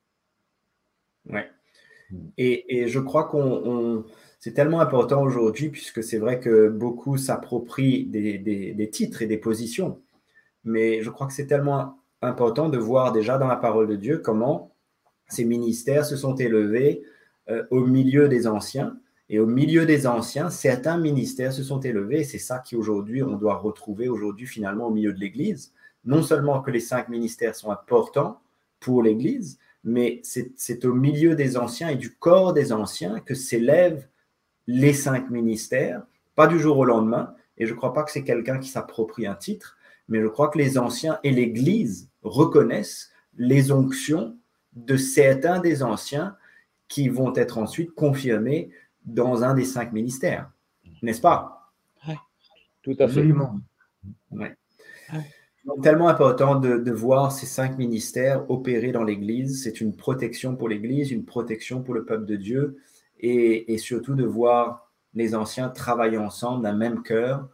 Ouais. Et je crois c'est tellement important aujourd'hui, puisque c'est vrai que beaucoup s'approprient des titres et des positions. Mais je crois que c'est tellement important de voir déjà dans la parole de Dieu comment ces ministères se sont élevés au milieu des anciens. Et au milieu des anciens, certains ministères se sont élevés. Et c'est ça qu'aujourd'hui, on doit retrouver aujourd'hui finalement au milieu de l'Église. Non seulement que les 5 ministères sont importants pour l'Église, mais c'est au milieu des anciens et du corps des anciens que s'élèvent les 5 ministères, pas du jour au lendemain. Et je ne crois pas que c'est quelqu'un qui s'approprie un titre, mais je crois que les anciens et l'Église reconnaissent les onctions de certains des anciens qui vont être ensuite confirmés dans un des 5 ministères. N'est-ce pas? Oui, tout à fait. Absolument. Ouais. Donc, tellement important de voir ces 5 ministères opérer dans l'Église. C'est une protection pour l'Église, une protection pour le peuple de Dieu, et surtout de voir les anciens travailler ensemble d'un même cœur.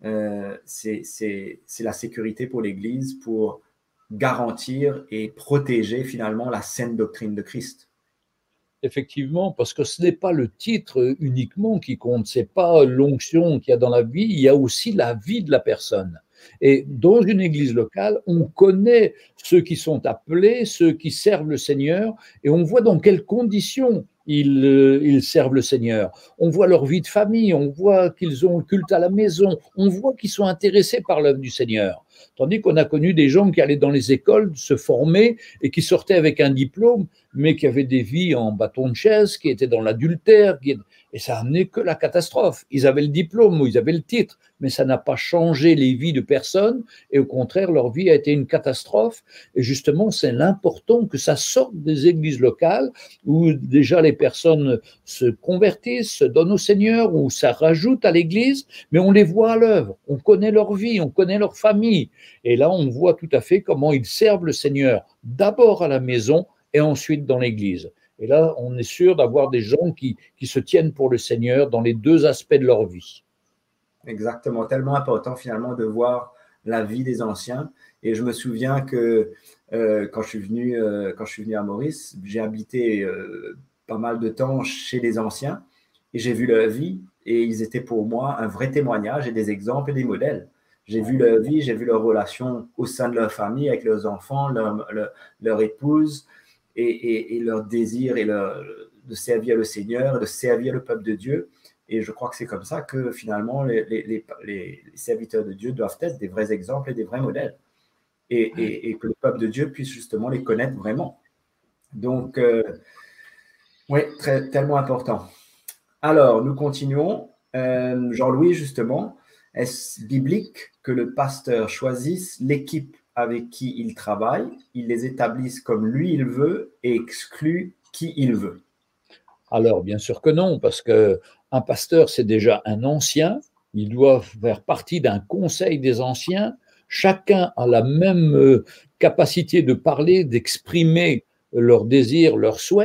C'est la sécurité pour l'Église pour garantir et protéger finalement la saine doctrine de Christ. Effectivement, parce que ce n'est pas le titre uniquement qui compte, ce n'est pas l'onction qu'il y a dans la vie, il y a aussi la vie de la personne. Et dans une église locale, on connaît ceux qui sont appelés, ceux qui servent le Seigneur, et on voit dans quelles conditions ils servent le Seigneur. On voit leur vie de famille, on voit qu'ils ont le culte à la maison, on voit qu'ils sont intéressés par l'œuvre du Seigneur. Tandis qu'on a connu des gens qui allaient dans les écoles se former et qui sortaient avec un diplôme, mais qui avaient des vies en bâton de chaise, qui étaient dans l'adultère, et ça amenait que la catastrophe. Ils avaient le diplôme ou ils avaient le titre, mais ça n'a pas changé les vies de personne, et au contraire, leur vie a été une catastrophe. Et justement, c'est l'important que ça sorte des églises locales, où déjà les personnes se convertissent, se donnent au Seigneur, où ça rajoute à l'église, mais on les voit à l'œuvre, on connaît leur vie, on connaît leur famille. Et là, on voit tout à fait comment ils servent le Seigneur, d'abord à la maison et ensuite dans l'église. Et là, on est sûr d'avoir des gens qui se tiennent pour le Seigneur dans les 2 aspects de leur vie. Exactement, tellement important finalement de voir la vie des anciens. Et je me souviens que quand je suis venu à Maurice, j'ai habité pas mal de temps chez les anciens et j'ai vu leur vie, et ils étaient pour moi un vrai témoignage et des exemples et des modèles. J'ai vu leur vie, j'ai vu leurs relations au sein de leur famille, avec leurs enfants, leur épouse, et leur désir de servir le Seigneur, de servir le peuple de Dieu. Et je crois que c'est comme ça que finalement les serviteurs de Dieu doivent être des vrais exemples et des vrais modèles. Et que le peuple de Dieu puisse justement les connaître vraiment. Donc, oui, tellement important. Alors, nous continuons. Jean-Louis, justement, est-ce biblique que le pasteur choisisse l'équipe avec qui il travaille, il les établisse comme lui il veut et exclut qui il veut? Alors, bien sûr que non, parce qu'un pasteur, c'est déjà un ancien, il doit faire partie d'un conseil des anciens, chacun a la même capacité de parler, d'exprimer leurs désirs, leurs souhaits,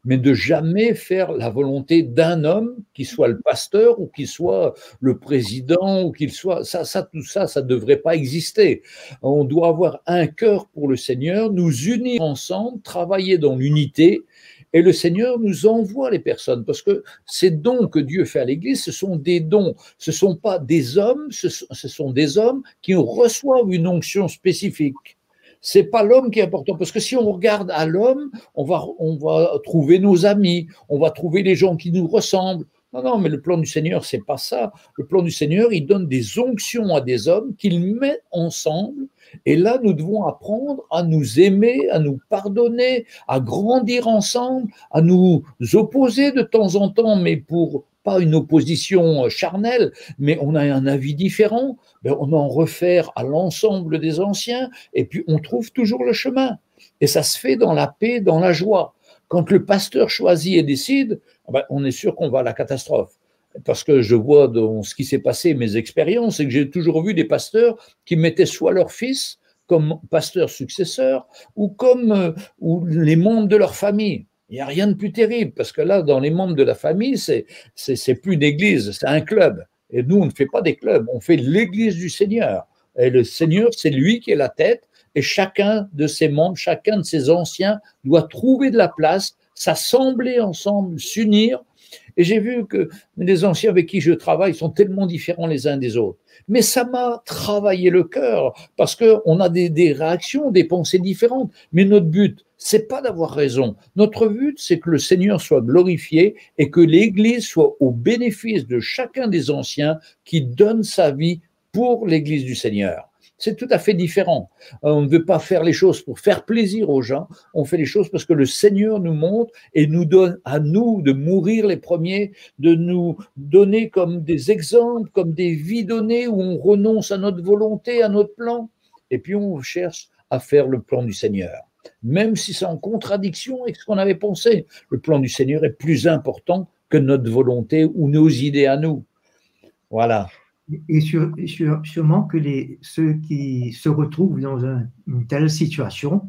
mais de jamais faire la volonté d'un homme, qui soit le pasteur ou qui soit le président ou qu'il soit… tout ça, ça ne devrait pas exister. On doit avoir un cœur pour le Seigneur, nous unir ensemble, travailler dans l'unité, et le Seigneur nous envoie les personnes, parce que ces dons que Dieu fait à l'Église, ce sont des dons, ce ne sont pas des hommes, ce sont des hommes qui reçoivent une onction spécifique. Ce n'est pas l'homme qui est important, parce que si on regarde à l'homme, on va trouver nos amis, on va trouver les gens qui nous ressemblent. Non, non, mais le plan du Seigneur, ce n'est pas ça. Le plan du Seigneur, il donne des onctions à des hommes qu'il met ensemble. Et là, nous devons apprendre à nous aimer, à nous pardonner, à grandir ensemble, à nous opposer de temps en temps, mais pour pas une opposition charnelle, mais on a un avis différent, ben on en réfère à l'ensemble des anciens, et puis on trouve toujours le chemin. Et ça se fait dans la paix, dans la joie. Quand le pasteur choisit et décide, ben on est sûr qu'on va à la catastrophe. Parce que je vois dans ce qui s'est passé, mes expériences, c'est que j'ai toujours vu des pasteurs qui mettaient soit leur fils comme pasteur successeur ou comme ou les membres de leur famille. Il n'y a rien de plus terrible, parce que là, dans les membres de la famille, c'est plus une église, c'est un club. Et nous, on ne fait pas des clubs, on fait l'église du Seigneur. Et le Seigneur, c'est lui qui est la tête, et chacun de ses membres, chacun de ses anciens doit trouver de la place, s'assembler ensemble, s'unir. Et j'ai vu que les anciens avec qui je travaille sont tellement différents les uns des autres. Mais ça m'a travaillé le cœur, parce qu'on a des réactions, des pensées différentes. Mais notre but, c'est pas d'avoir raison. Notre but, c'est que le Seigneur soit glorifié et que l'Église soit au bénéfice de chacun des anciens qui donne sa vie pour l'Église du Seigneur. C'est tout à fait différent. On ne veut pas faire les choses pour faire plaisir aux gens, on fait les choses parce que le Seigneur nous montre et nous donne à nous de mourir les premiers, de nous donner comme des exemples, comme des vies données où on renonce à notre volonté, à notre plan, et puis on cherche à faire le plan du Seigneur. Même si c'est en contradiction avec ce qu'on avait pensé, le plan du Seigneur est plus important que notre volonté ou nos idées à nous. Voilà. Et sûrement que ceux qui se retrouvent dans une telle situation,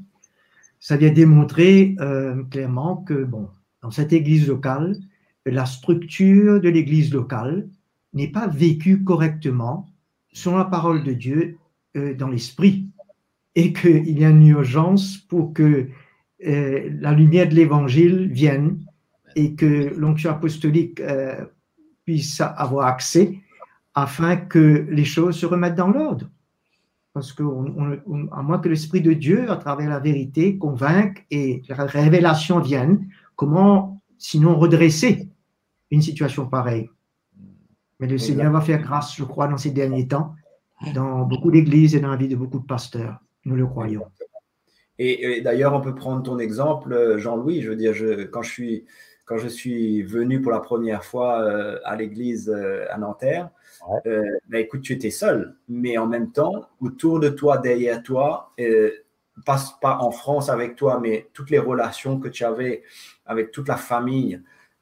ça vient démontrer clairement que, bon, dans cette église locale, la structure de l'église locale n'est pas vécue correctement selon la parole de Dieu dans l'esprit, et qu'il y a une urgence pour que la lumière de l'évangile vienne et que l'onction apostolique puisse avoir accès, afin que les choses se remettent dans l'ordre. Parce que, à moins que l'Esprit de Dieu, à travers la vérité, convainque et la révélation vienne, comment sinon redresser une situation pareille? Mais le Seigneur va faire grâce, je crois, dans ces derniers temps, dans beaucoup d'églises et dans la vie de beaucoup de pasteurs. Nous le croyons. Et d'ailleurs, on peut prendre ton exemple, Jean-Louis. Je veux dire, quand je suis venu pour la première fois à l'église à Nanterre, ben écoute, tu étais seul, mais en même temps, autour de toi, derrière toi, pas en France avec toi, mais toutes les relations que tu avais avec toute la famille,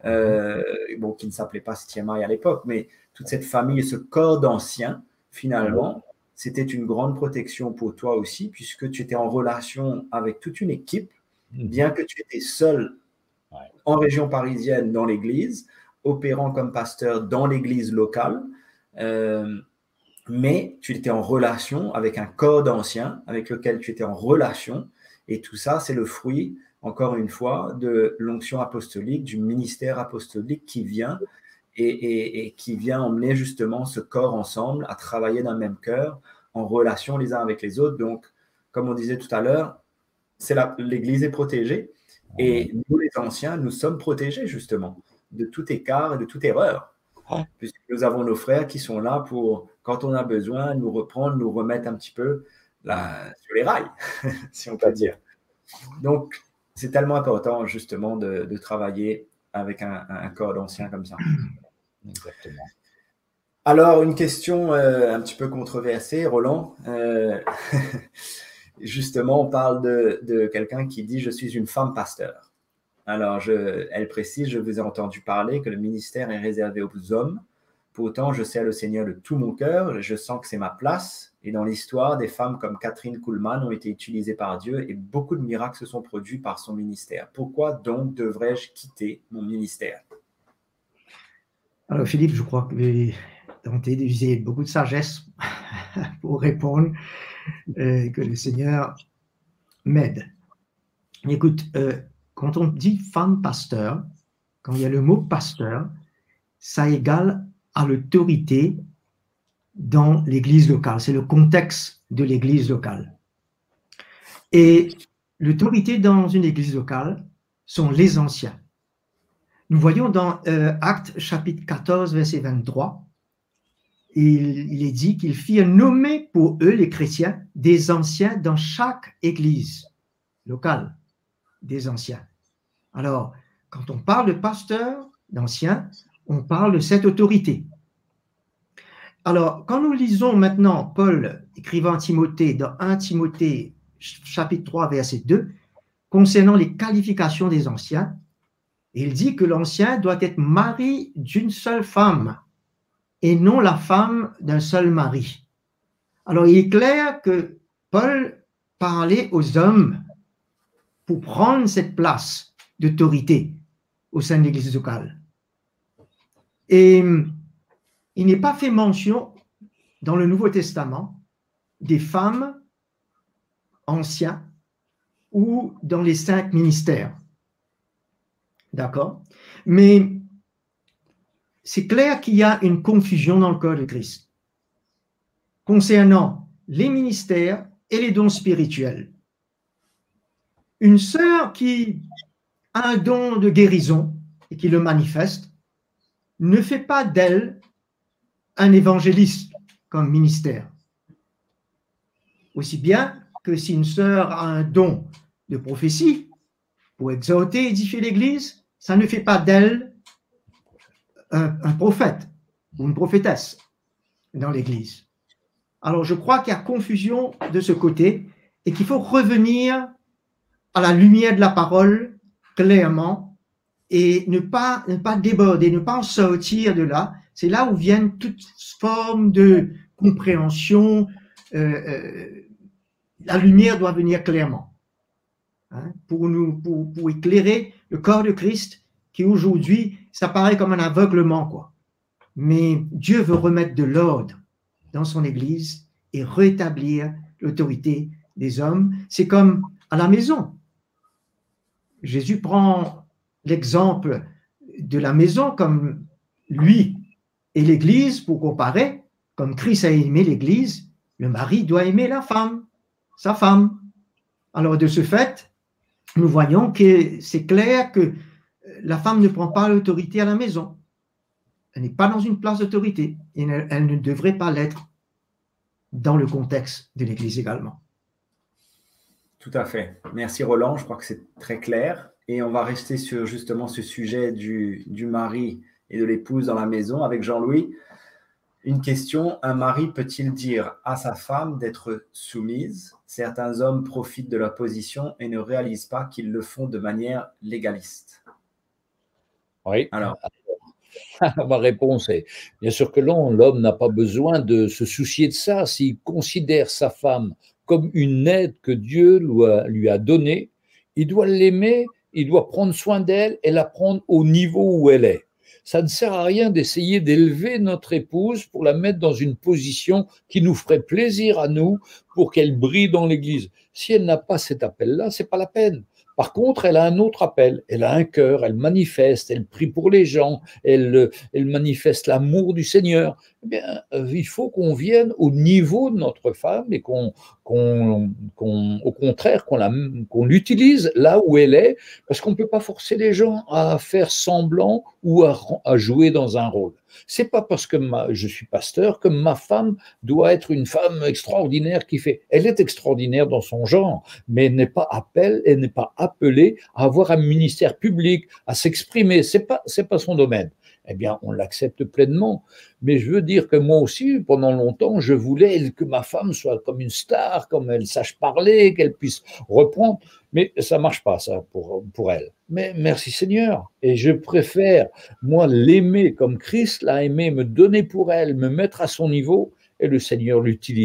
bon, qui ne s'appelait pas Stiemaï à l'époque, mais toute cette famille, ce corps d'anciens, finalement, c'était une grande protection pour toi aussi, puisque tu étais en relation avec toute une équipe, bien que tu étais seul en région parisienne dans l'église, opérant comme pasteur dans l'église locale. Mais tu étais en relation avec un corps d'anciens avec lequel tu étais en relation, et tout ça, c'est le fruit, encore une fois, de l'onction apostolique, du ministère apostolique qui vient et qui vient emmener justement ce corps ensemble à travailler d'un même cœur, en relation les uns avec les autres. Donc, comme on disait tout à l'heure, l'Église est protégée, et nous, les anciens, nous sommes protégés justement de tout écart et de toute erreur. Puisque nous avons nos frères qui sont là pour, quand on a besoin, nous reprendre, nous remettre un petit peu sur les rails, si on peut dire. Donc, c'est tellement important, justement, de travailler avec un corps d'anciens comme ça. Exactement. Alors, une question un petit peu controversée, Roland. Justement, on parle de quelqu'un qui dit « Je suis une femme pasteur ». Alors, elle précise, je vous ai entendu parler que le ministère est réservé aux hommes. Pour autant, je sers le Seigneur de tout mon cœur. Je sens que c'est ma place Et dans l'histoire, des femmes comme Catherine Kuhlman ont été utilisées par Dieu et beaucoup de miracles se sont produits par son ministère. Pourquoi donc devrais-je quitter mon ministère? Alors Philippe, je crois que vous avez tenté d'user beaucoup de sagesse pour répondre, que le Seigneur m'aide. Écoute, quand on dit femme pasteur, quand il y a le mot pasteur, ça égale à l'autorité dans l'église locale. C'est le contexte de l'église locale. Et l'autorité dans une église locale sont les anciens. Nous voyons dans Actes chapitre 14, verset 23, il est dit qu'ils firent nommer pour eux, les chrétiens, des anciens dans chaque église locale, des anciens. Alors, quand on parle de pasteur, d'anciens, on parle de cette autorité. Alors, quand nous lisons maintenant Paul écrivant à Timothée dans 1 Timothée chapitre 3, verset 2, concernant les qualifications des anciens, il dit que l'ancien doit être mari d'une seule femme et non la femme d'un seul mari. Alors, il est clair que Paul parlait aux hommes pour prendre cette place d'autorité au sein de l'église locale. Et il n'est pas fait mention dans le Nouveau Testament des femmes anciennes ou dans les 5 ministères. D'accord? Mais c'est clair qu'il y a une confusion dans le corps de Christ concernant les ministères et les dons spirituels. Une sœur qui a un don de guérison et qui le manifeste ne fait pas d'elle un évangéliste comme ministère. Aussi bien que si une sœur a un don de prophétie pour exhorter, édifier l'Église, ça ne fait pas d'elle un prophète ou une prophétesse dans l'Église. Alors je crois qu'il y a confusion de ce côté et qu'il faut revenir à la lumière de la parole clairement et ne pas déborder, ne pas en sortir de là. C'est là où viennent toutes formes de compréhension. La lumière doit venir clairement, hein, pour éclairer le corps de Christ qui aujourd'hui, ça paraît comme un aveuglement, quoi. Mais Dieu veut remettre de l'ordre dans son Église et rétablir l'autorité des hommes. C'est comme à la maison. Jésus prend l'exemple de la maison comme lui et l'Église pour comparer. Comme Christ a aimé l'Église, le mari doit aimer la femme, sa femme. Alors de ce fait, nous voyons que c'est clair que la femme ne prend pas l'autorité à la maison. Elle n'est pas dans une place d'autorité et elle ne devrait pas l'être dans le contexte de l'Église également. Tout à fait. Merci Roland, je crois que c'est très clair. Et on va rester sur justement ce sujet du mari et de l'épouse dans la maison avec Jean-Louis. Une question, un mari peut-il dire à sa femme d'être soumise? Certains hommes profitent de leur position et ne réalisent pas qu'ils le font de manière légaliste. Oui. Alors, ma réponse est, bien sûr que non, l'homme n'a pas besoin de se soucier de ça. S'il considère sa femme comme une aide que Dieu lui a donnée, il doit l'aimer, il doit prendre soin d'elle et la prendre au niveau où elle est. Ça ne sert à rien d'essayer d'élever notre épouse pour la mettre dans une position qui nous ferait plaisir à nous pour qu'elle brille dans l'Église. Si elle n'a pas cet appel-là, c'est pas la peine. Par contre, elle a un autre appel, elle a un cœur, elle manifeste, elle prie pour les gens, elle manifeste l'amour du Seigneur. Eh bien, il faut qu'on vienne au niveau de notre femme et au contraire, qu'on l'utilise là où elle est, parce qu'on ne peut pas forcer les gens à faire semblant ou à jouer dans un rôle. C'est pas parce que je suis pasteur que ma femme doit être une femme extraordinaire qui fait. Elle est extraordinaire dans son genre, mais elle n'est pas appelée à avoir un ministère public, à s'exprimer. C'est pas son domaine. Eh bien, on l'accepte pleinement. Mais je veux dire que moi aussi, pendant longtemps, je voulais que ma femme soit comme une star, comme elle sache parler, qu'elle puisse reprendre. Mais ça ne marche pas, ça, pour elle. Mais merci Seigneur. Et je préfère, moi, l'aimer comme Christ l'a aimé, me donner pour elle, me mettre à son niveau, et le Seigneur l'utilise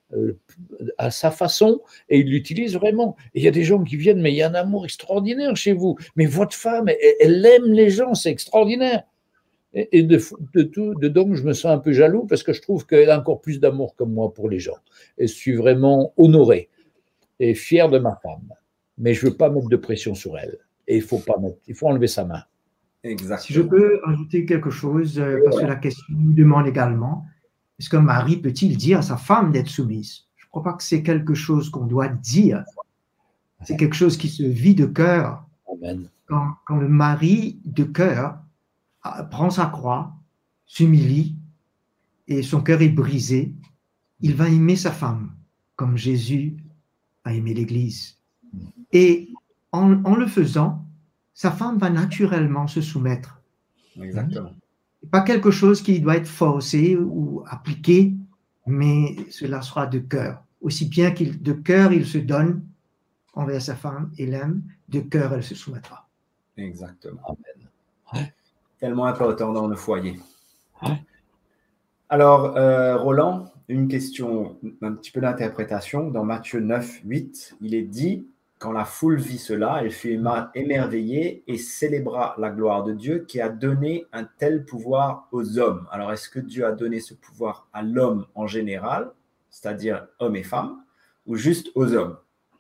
à sa façon et il l'utilise vraiment. Et il y a des gens qui viennent, mais il y a un amour extraordinaire chez vous. Mais votre femme, elle aime les gens, c'est extraordinaire. Et dedans, je me sens un peu jaloux parce que je trouve qu'elle a encore plus d'amour que moi pour les gens. Et je suis vraiment honoré et fier de ma femme. Mais je ne veux pas mettre de pression sur elle. Et il faut enlever sa main. Exactement. Si je peux ajouter quelque chose, parce que la question nous demande également, est-ce qu'un mari peut-il dire à sa femme d'être soumise? Je ne crois pas que c'est quelque chose qu'on doit dire. C'est quelque chose qui se vit de cœur. Amen. Quand le mari de cœur prend sa croix, s'humilie et son cœur est brisé, il va aimer sa femme comme Jésus a aimé l'Église. Et en le faisant, sa femme va naturellement se soumettre. Exactement. Pas quelque chose qui doit être forcé ou appliqué, mais cela sera de cœur. Aussi bien de cœur il se donne envers sa femme et l'aime, de cœur elle se soumettra. Exactement. Amen. Ouais. Tellement important dans le foyer. Ouais. Alors, Roland, une question, un petit peu d'interprétation. Dans Matthieu 9, 8, il est dit, quand la foule vit cela, elle fut émerveillée et célébra la gloire de Dieu qui a donné un tel pouvoir aux hommes. Alors, est-ce que Dieu a donné ce pouvoir à l'homme en général, c'est-à-dire hommes et femmes, ou juste aux hommes?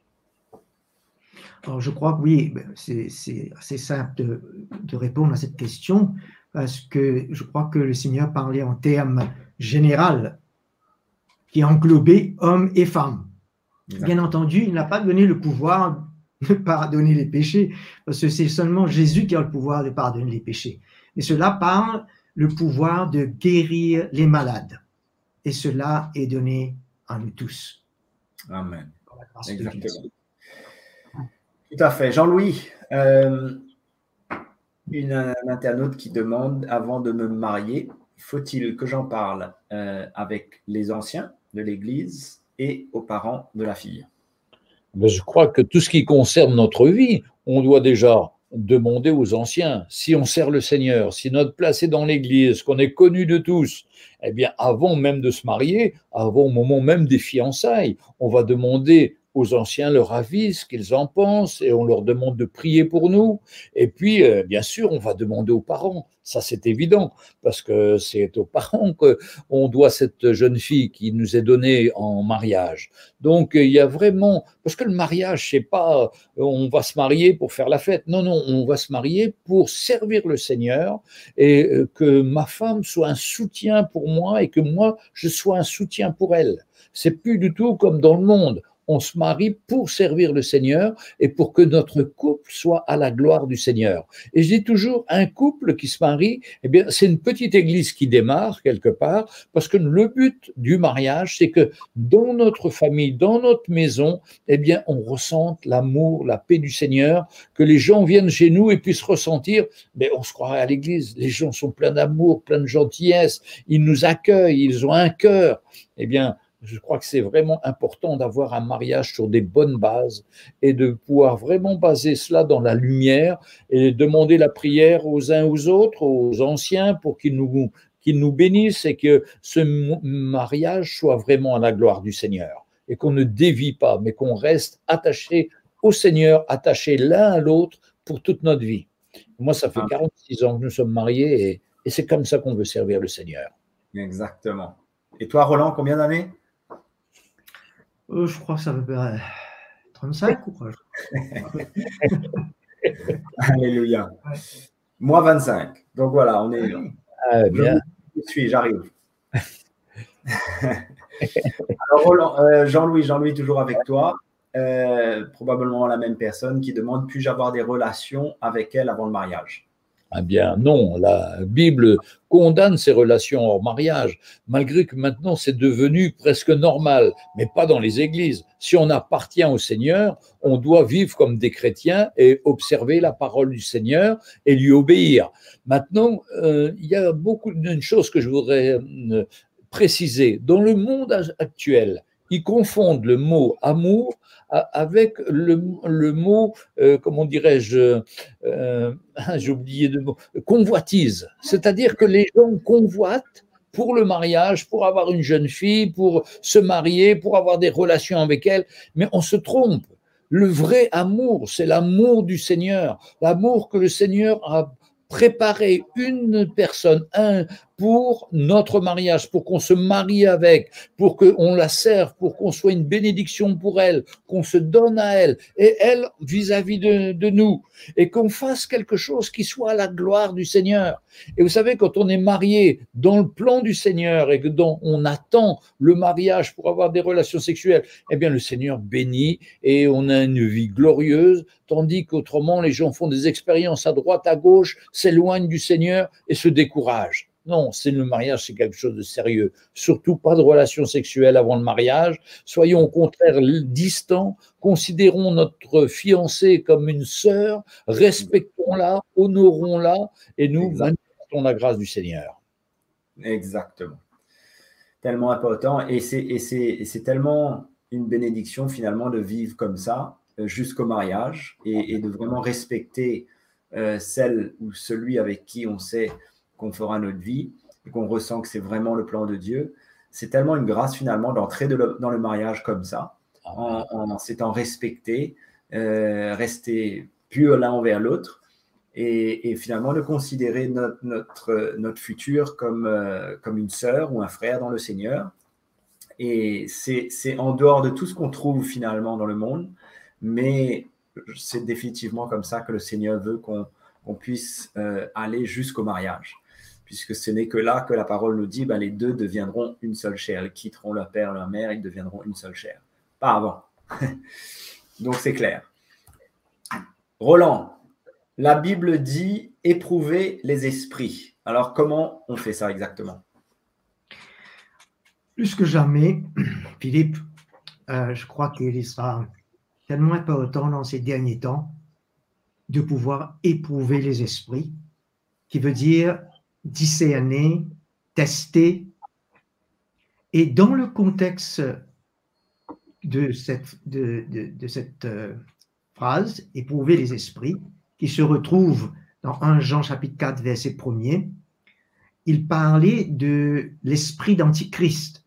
Alors, je crois que oui, c'est assez simple de répondre à cette question parce que je crois que le Seigneur parlait en termes généraux qui englobaient hommes et femmes. Exactement. Bien entendu, il n'a pas donné le pouvoir de pardonner les péchés parce que c'est seulement Jésus qui a le pouvoir de pardonner les péchés. Mais cela parle le pouvoir de guérir les malades et cela est donné à nous tous. Amen. Exactement. Tout à fait. Jean-Louis, un internaute qui demande, avant de me marier, faut-il que j'en parle avec les anciens de l'Église et aux parents de la fille? Mais je crois que tout ce qui concerne notre vie, on doit déjà demander aux anciens. Si on sert le Seigneur, si notre place est dans l'Église, qu'on est connu de tous, eh bien, avant même de se marier, avant au moment même des fiançailles, on va demander aux anciens leur avis, ce qu'ils en pensent, et on leur demande de prier pour nous. Et puis, bien sûr, on va demander aux parents. Ça, c'est évident, parce que c'est aux parents qu'on doit cette jeune fille qui nous est donnée en mariage. Donc, il y a vraiment... Parce que le mariage, c'est pas on va se marier pour faire la fête. Non, non, on va se marier pour servir le Seigneur et que ma femme soit un soutien pour moi et que moi, je sois un soutien pour elle. C'est plus du tout comme dans le monde. On se marie pour servir le Seigneur et pour que notre couple soit à la gloire du Seigneur. Et je dis toujours, un couple qui se marie, eh bien, c'est une petite église qui démarre quelque part, parce que le but du mariage, c'est que dans notre famille, dans notre maison, eh bien, on ressente l'amour, la paix du Seigneur, que les gens viennent chez nous et puissent ressentir, mais on se croirait à l'église, les gens sont pleins d'amour, pleins de gentillesse, ils nous accueillent, ils ont un cœur. Eh bien, je crois que c'est vraiment important d'avoir un mariage sur des bonnes bases et de pouvoir vraiment baser cela dans la lumière et demander la prière aux uns aux autres, aux anciens, pour qu'ils nous bénissent et que ce mariage soit vraiment à la gloire du Seigneur et qu'on ne dévie pas, mais qu'on reste attaché au Seigneur, attaché l'un à l'autre pour toute notre vie. Moi, ça fait 46 ans que nous sommes mariés et c'est comme ça qu'on veut servir le Seigneur. Exactement. Et toi, Roland, combien d'années? Je crois que ça veut dire 35 ou quoi? Alléluia. Ouais. Moi, 25. Donc voilà, on est... bien. J'arrive. Alors, Roland, Jean-Louis, toujours avec toi. Probablement la même personne qui demande, puis-je avoir des relations avec elle avant le mariage? Eh bien non, la Bible condamne ces relations hors mariage, malgré que maintenant c'est devenu presque normal, mais pas dans les églises. Si on appartient au Seigneur, on doit vivre comme des chrétiens et observer la parole du Seigneur et lui obéir. Maintenant, il y a beaucoup d'une chose que je voudrais préciser. Dans le monde actuel, ils confondent le mot amour avec le mot, comment dirais-je, j'ai oublié le mot, convoitise. C'est-à-dire que les gens convoitent pour le mariage, pour avoir une jeune fille, pour se marier, pour avoir des relations avec elle. Mais on se trompe. Le vrai amour, c'est l'amour du Seigneur, l'amour que le Seigneur a préparé une personne, pour notre mariage, pour qu'on se marie avec, pour qu'on la serve, pour qu'on soit une bénédiction pour elle, qu'on se donne à elle, et elle vis-à-vis de nous, et qu'on fasse quelque chose qui soit à la gloire du Seigneur. Et vous savez, quand on est marié dans le plan du Seigneur et que on attend le mariage pour avoir des relations sexuelles, eh bien le Seigneur bénit et on a une vie glorieuse, tandis qu'autrement les gens font des expériences à droite, à gauche, s'éloignent du Seigneur et se découragent. Non, c'est le mariage, c'est quelque chose de sérieux. Surtout pas de relations sexuelles avant le mariage. Soyons au contraire distants, considérons notre fiancée comme une sœur, respectons-la, honorons-la et nous manifestons la grâce du Seigneur. Exactement. Tellement important et c'est tellement une bénédiction finalement de vivre comme ça jusqu'au mariage et de vraiment respecter celle ou celui avec qui on sait qu'on fera notre vie et qu'on ressent que c'est vraiment le plan de Dieu. C'est tellement une grâce finalement d'entrer dans le mariage comme ça, en s'étant respecté, rester pur l'un envers l'autre et finalement de considérer notre futur comme une sœur ou un frère dans le Seigneur. Et c'est en dehors de tout ce qu'on trouve finalement dans le monde, mais c'est définitivement comme ça que le Seigneur veut qu'on puisse aller jusqu'au mariage. Puisque ce n'est que là que la parole nous dit, les deux deviendront une seule chair. Ils quitteront leur père et leur mère, ils deviendront une seule chair. Pas avant. Donc c'est clair. Roland, la Bible dit « éprouver les esprits ». Alors comment on fait ça exactement? Plus que jamais, Philippe, je crois qu'il sera tellement important dans ces derniers temps de pouvoir éprouver les esprits, qui veut dire discerner, tester. Et dans le contexte de cette phrase, éprouver les esprits, qui se retrouve dans 1 Jean chapitre 4, verset 1er, il parlait de l'esprit d'Antichrist,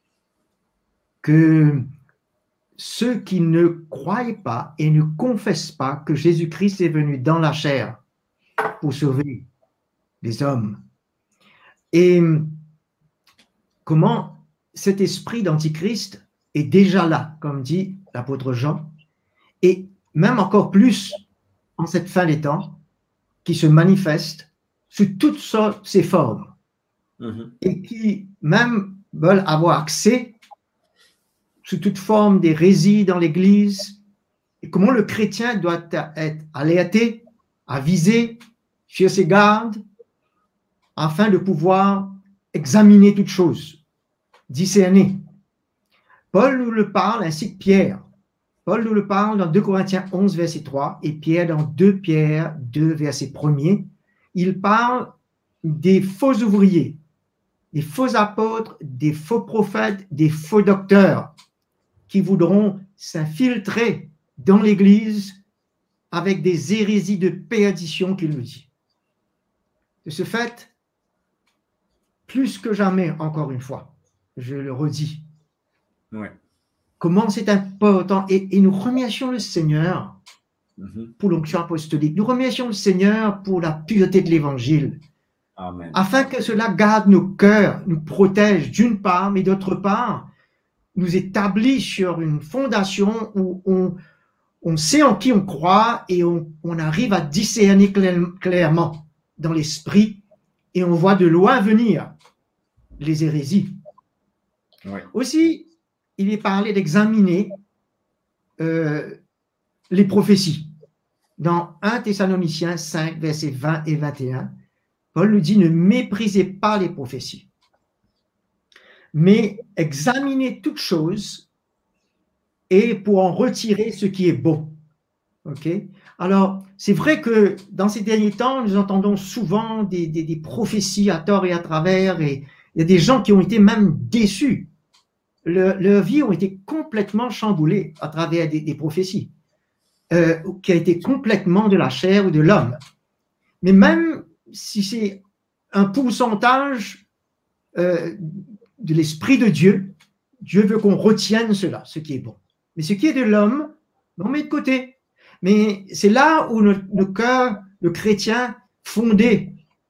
que ceux qui ne croient pas et ne confessent pas que Jésus-Christ est venu dans la chair pour sauver les hommes. Et comment cet esprit d'Antichrist est déjà là, comme dit l'apôtre Jean, et même encore plus en cette fin des temps, qui se manifeste sous toutes ses formes, et qui même veulent avoir accès sous toute forme d'hérésie dans l'Église, et comment le chrétien doit être alerté, avisé, sur ses gardes, afin de pouvoir examiner toutes choses, discerner. Paul nous le parle, ainsi que Pierre. Paul nous le parle dans 2 Corinthiens 11, verset 3, et Pierre dans 2 Pierre 2, verset 1er. Il parle des faux ouvriers, des faux apôtres, des faux prophètes, des faux docteurs, qui voudront s'infiltrer dans l'Église avec des hérésies de perdition, qu'il nous dit. De ce fait, plus que jamais, encore une fois, je le redis, comment c'est important, et nous remercions le Seigneur pour l'onction apostolique, nous remercions le Seigneur pour la pureté de l'Évangile, afin que cela garde nos cœurs, nous protège d'une part, mais d'autre part, nous établit sur une fondation où on sait en qui on croit et on arrive à discerner clairement dans l'esprit et on voit de loin venir les hérésies. Aussi, il est parlé d'examiner les prophéties. Dans 1 Thessaloniciens 5, versets 20 et 21, Paul nous dit « Ne méprisez pas les prophéties, mais examinez toutes choses et pour en retirer ce qui est bon. » Alors, c'est vrai que dans ces derniers temps, nous entendons souvent des prophéties à tort et à travers, et il y a des gens qui ont été même déçus. Leur vie ont été complètement chamboulée à travers des prophéties, qui a été complètement de la chair ou de l'homme. Mais même si c'est un pourcentage de l'Esprit de Dieu, Dieu veut qu'on retienne cela, ce qui est bon. Mais ce qui est de l'homme, on met de côté. Mais c'est là où le cœur, le chrétien, fondé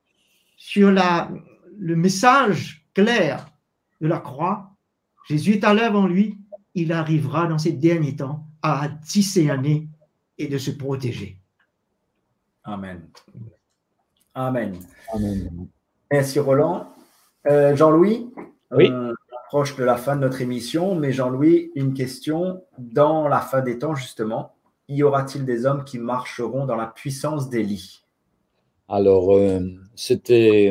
sur le message clair de la croix, Jésus est à l'œuvre en lui, il arrivera dans ces derniers temps à discerner et de se protéger. Amen. Amen. Amen. Merci Roland. Jean-Louis, oui. On approche de la fin de notre émission, mais Jean-Louis, une question. Dans la fin des temps, justement, y aura-t-il des hommes qui marcheront dans la puissance d'Élie? Alors, c'est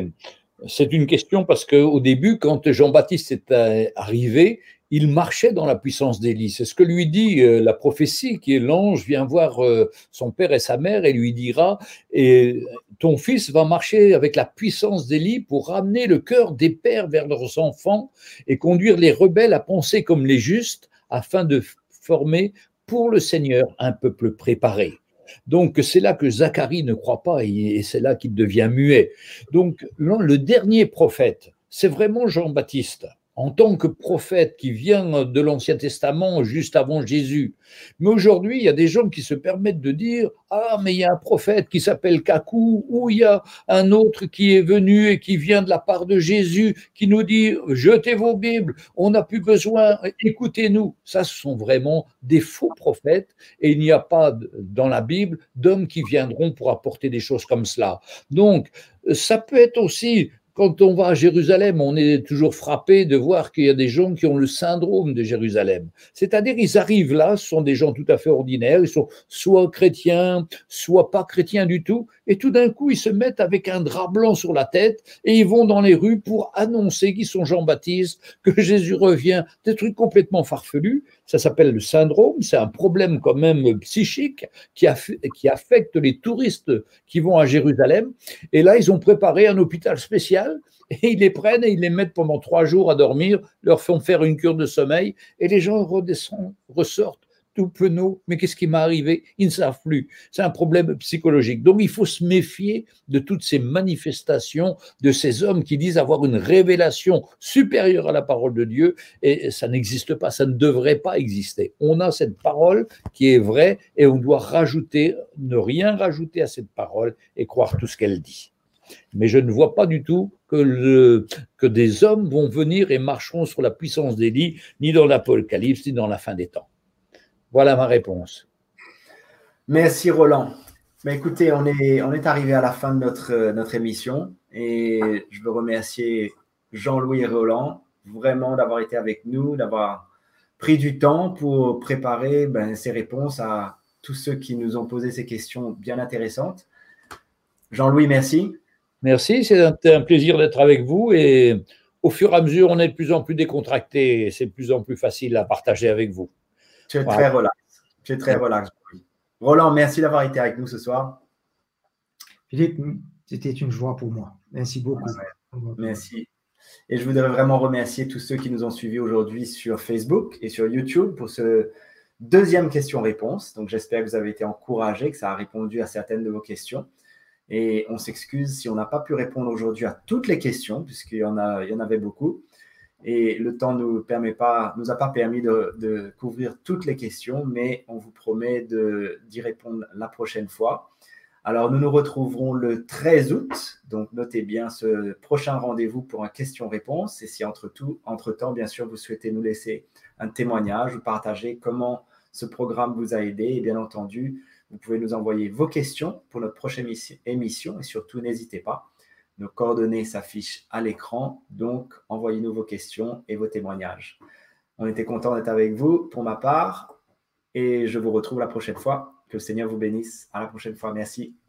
une question parce qu'au début, quand Jean-Baptiste est arrivé, il marchait dans la puissance d'Élie. C'est ce que lui dit la prophétie, qui est l'ange vient voir son père et sa mère et lui dira et ton fils va marcher avec la puissance d'Élie pour ramener le cœur des pères vers leurs enfants et conduire les rebelles à penser comme les justes afin de former pour le Seigneur un peuple préparé. Donc, c'est là que Zacharie ne croit pas et c'est là qu'il devient muet. Donc, le dernier prophète, c'est vraiment Jean-Baptiste, en tant que prophète qui vient de l'Ancien Testament juste avant Jésus. Mais aujourd'hui, il y a des gens qui se permettent de dire « Ah, mais il y a un prophète qui s'appelle Kakou, ou il y a un autre qui est venu et qui vient de la part de Jésus, qui nous dit « Jetez vos Bibles, on n'a plus besoin, écoutez-nous ». Ça, ce sont vraiment des faux prophètes et il n'y a pas dans la Bible d'hommes qui viendront pour apporter des choses comme cela. Donc, ça peut être aussi... Quand on va à Jérusalem, on est toujours frappé de voir qu'il y a des gens qui ont le syndrome de Jérusalem. C'est-à-dire, ils arrivent là, ce sont des gens tout à fait ordinaires, ils sont soit chrétiens, soit pas chrétiens du tout, et tout d'un coup, ils se mettent avec un drap blanc sur la tête et ils vont dans les rues pour annoncer qu'ils sont Jean-Baptiste, que Jésus revient, des trucs complètement farfelus. Ça s'appelle le syndrome, c'est un problème quand même psychique qui affecte les touristes qui vont à Jérusalem. Et là, ils ont préparé un hôpital spécial et ils les prennent et ils les mettent pendant 3 jours à dormir, leur font faire une cure de sommeil et les gens ressortent tout penauds. Mais qu'est-ce qui m'est arrivé? Ils ne savent plus. C'est un problème psychologique. Donc, il faut se méfier de toutes ces manifestations de ces hommes qui disent avoir une révélation supérieure à la parole de Dieu et ça n'existe pas, ça ne devrait pas exister. On a cette parole qui est vraie et on doit ne rien rajouter à cette parole et croire tout ce qu'elle dit. Mais je ne vois pas du tout que des hommes vont venir et marcheront sur la puissance d'Élie, ni dans l'Apocalypse, ni dans la fin des temps. Voilà ma réponse. Merci Roland. Mais écoutez, on est arrivé à la fin de notre émission et je veux remercier Jean-Louis et Roland vraiment d'avoir été avec nous, d'avoir pris du temps pour préparer ces réponses à tous ceux qui nous ont posé ces questions bien intéressantes. Jean-Louis, merci. Merci, c'est un plaisir d'être avec vous et au fur et à mesure, on est de plus en plus décontracté et c'est de plus en plus facile à partager avec vous. Tu es très relax. Tu es très relax. Roland, merci d'avoir été avec nous ce soir. Philippe, c'était une joie pour moi. Merci beaucoup. Merci. Et je voudrais vraiment remercier tous ceux qui nous ont suivis aujourd'hui sur Facebook et sur YouTube pour ce deuxième question-réponse. Donc, j'espère que vous avez été encouragés, que ça a répondu à certaines de vos questions. Et on s'excuse si on n'a pas pu répondre aujourd'hui à toutes les questions, puisqu'il y en avait beaucoup. Et le temps ne nous a pas permis de couvrir toutes les questions, mais on vous promet d'y répondre la prochaine fois. Alors, nous nous retrouverons le 13 août. Donc, notez bien ce prochain rendez-vous pour un question-réponse. Et si entre-temps, bien sûr, vous souhaitez nous laisser un témoignage ou partager comment ce programme vous a aidé, et bien entendu, vous pouvez nous envoyer vos questions pour notre prochaine émission. Et surtout, n'hésitez pas. Nos coordonnées s'affichent à l'écran, donc envoyez-nous vos questions et vos témoignages. On était content d'être avec vous pour ma part et je vous retrouve la prochaine fois. Que le Seigneur vous bénisse. À la prochaine fois. Merci.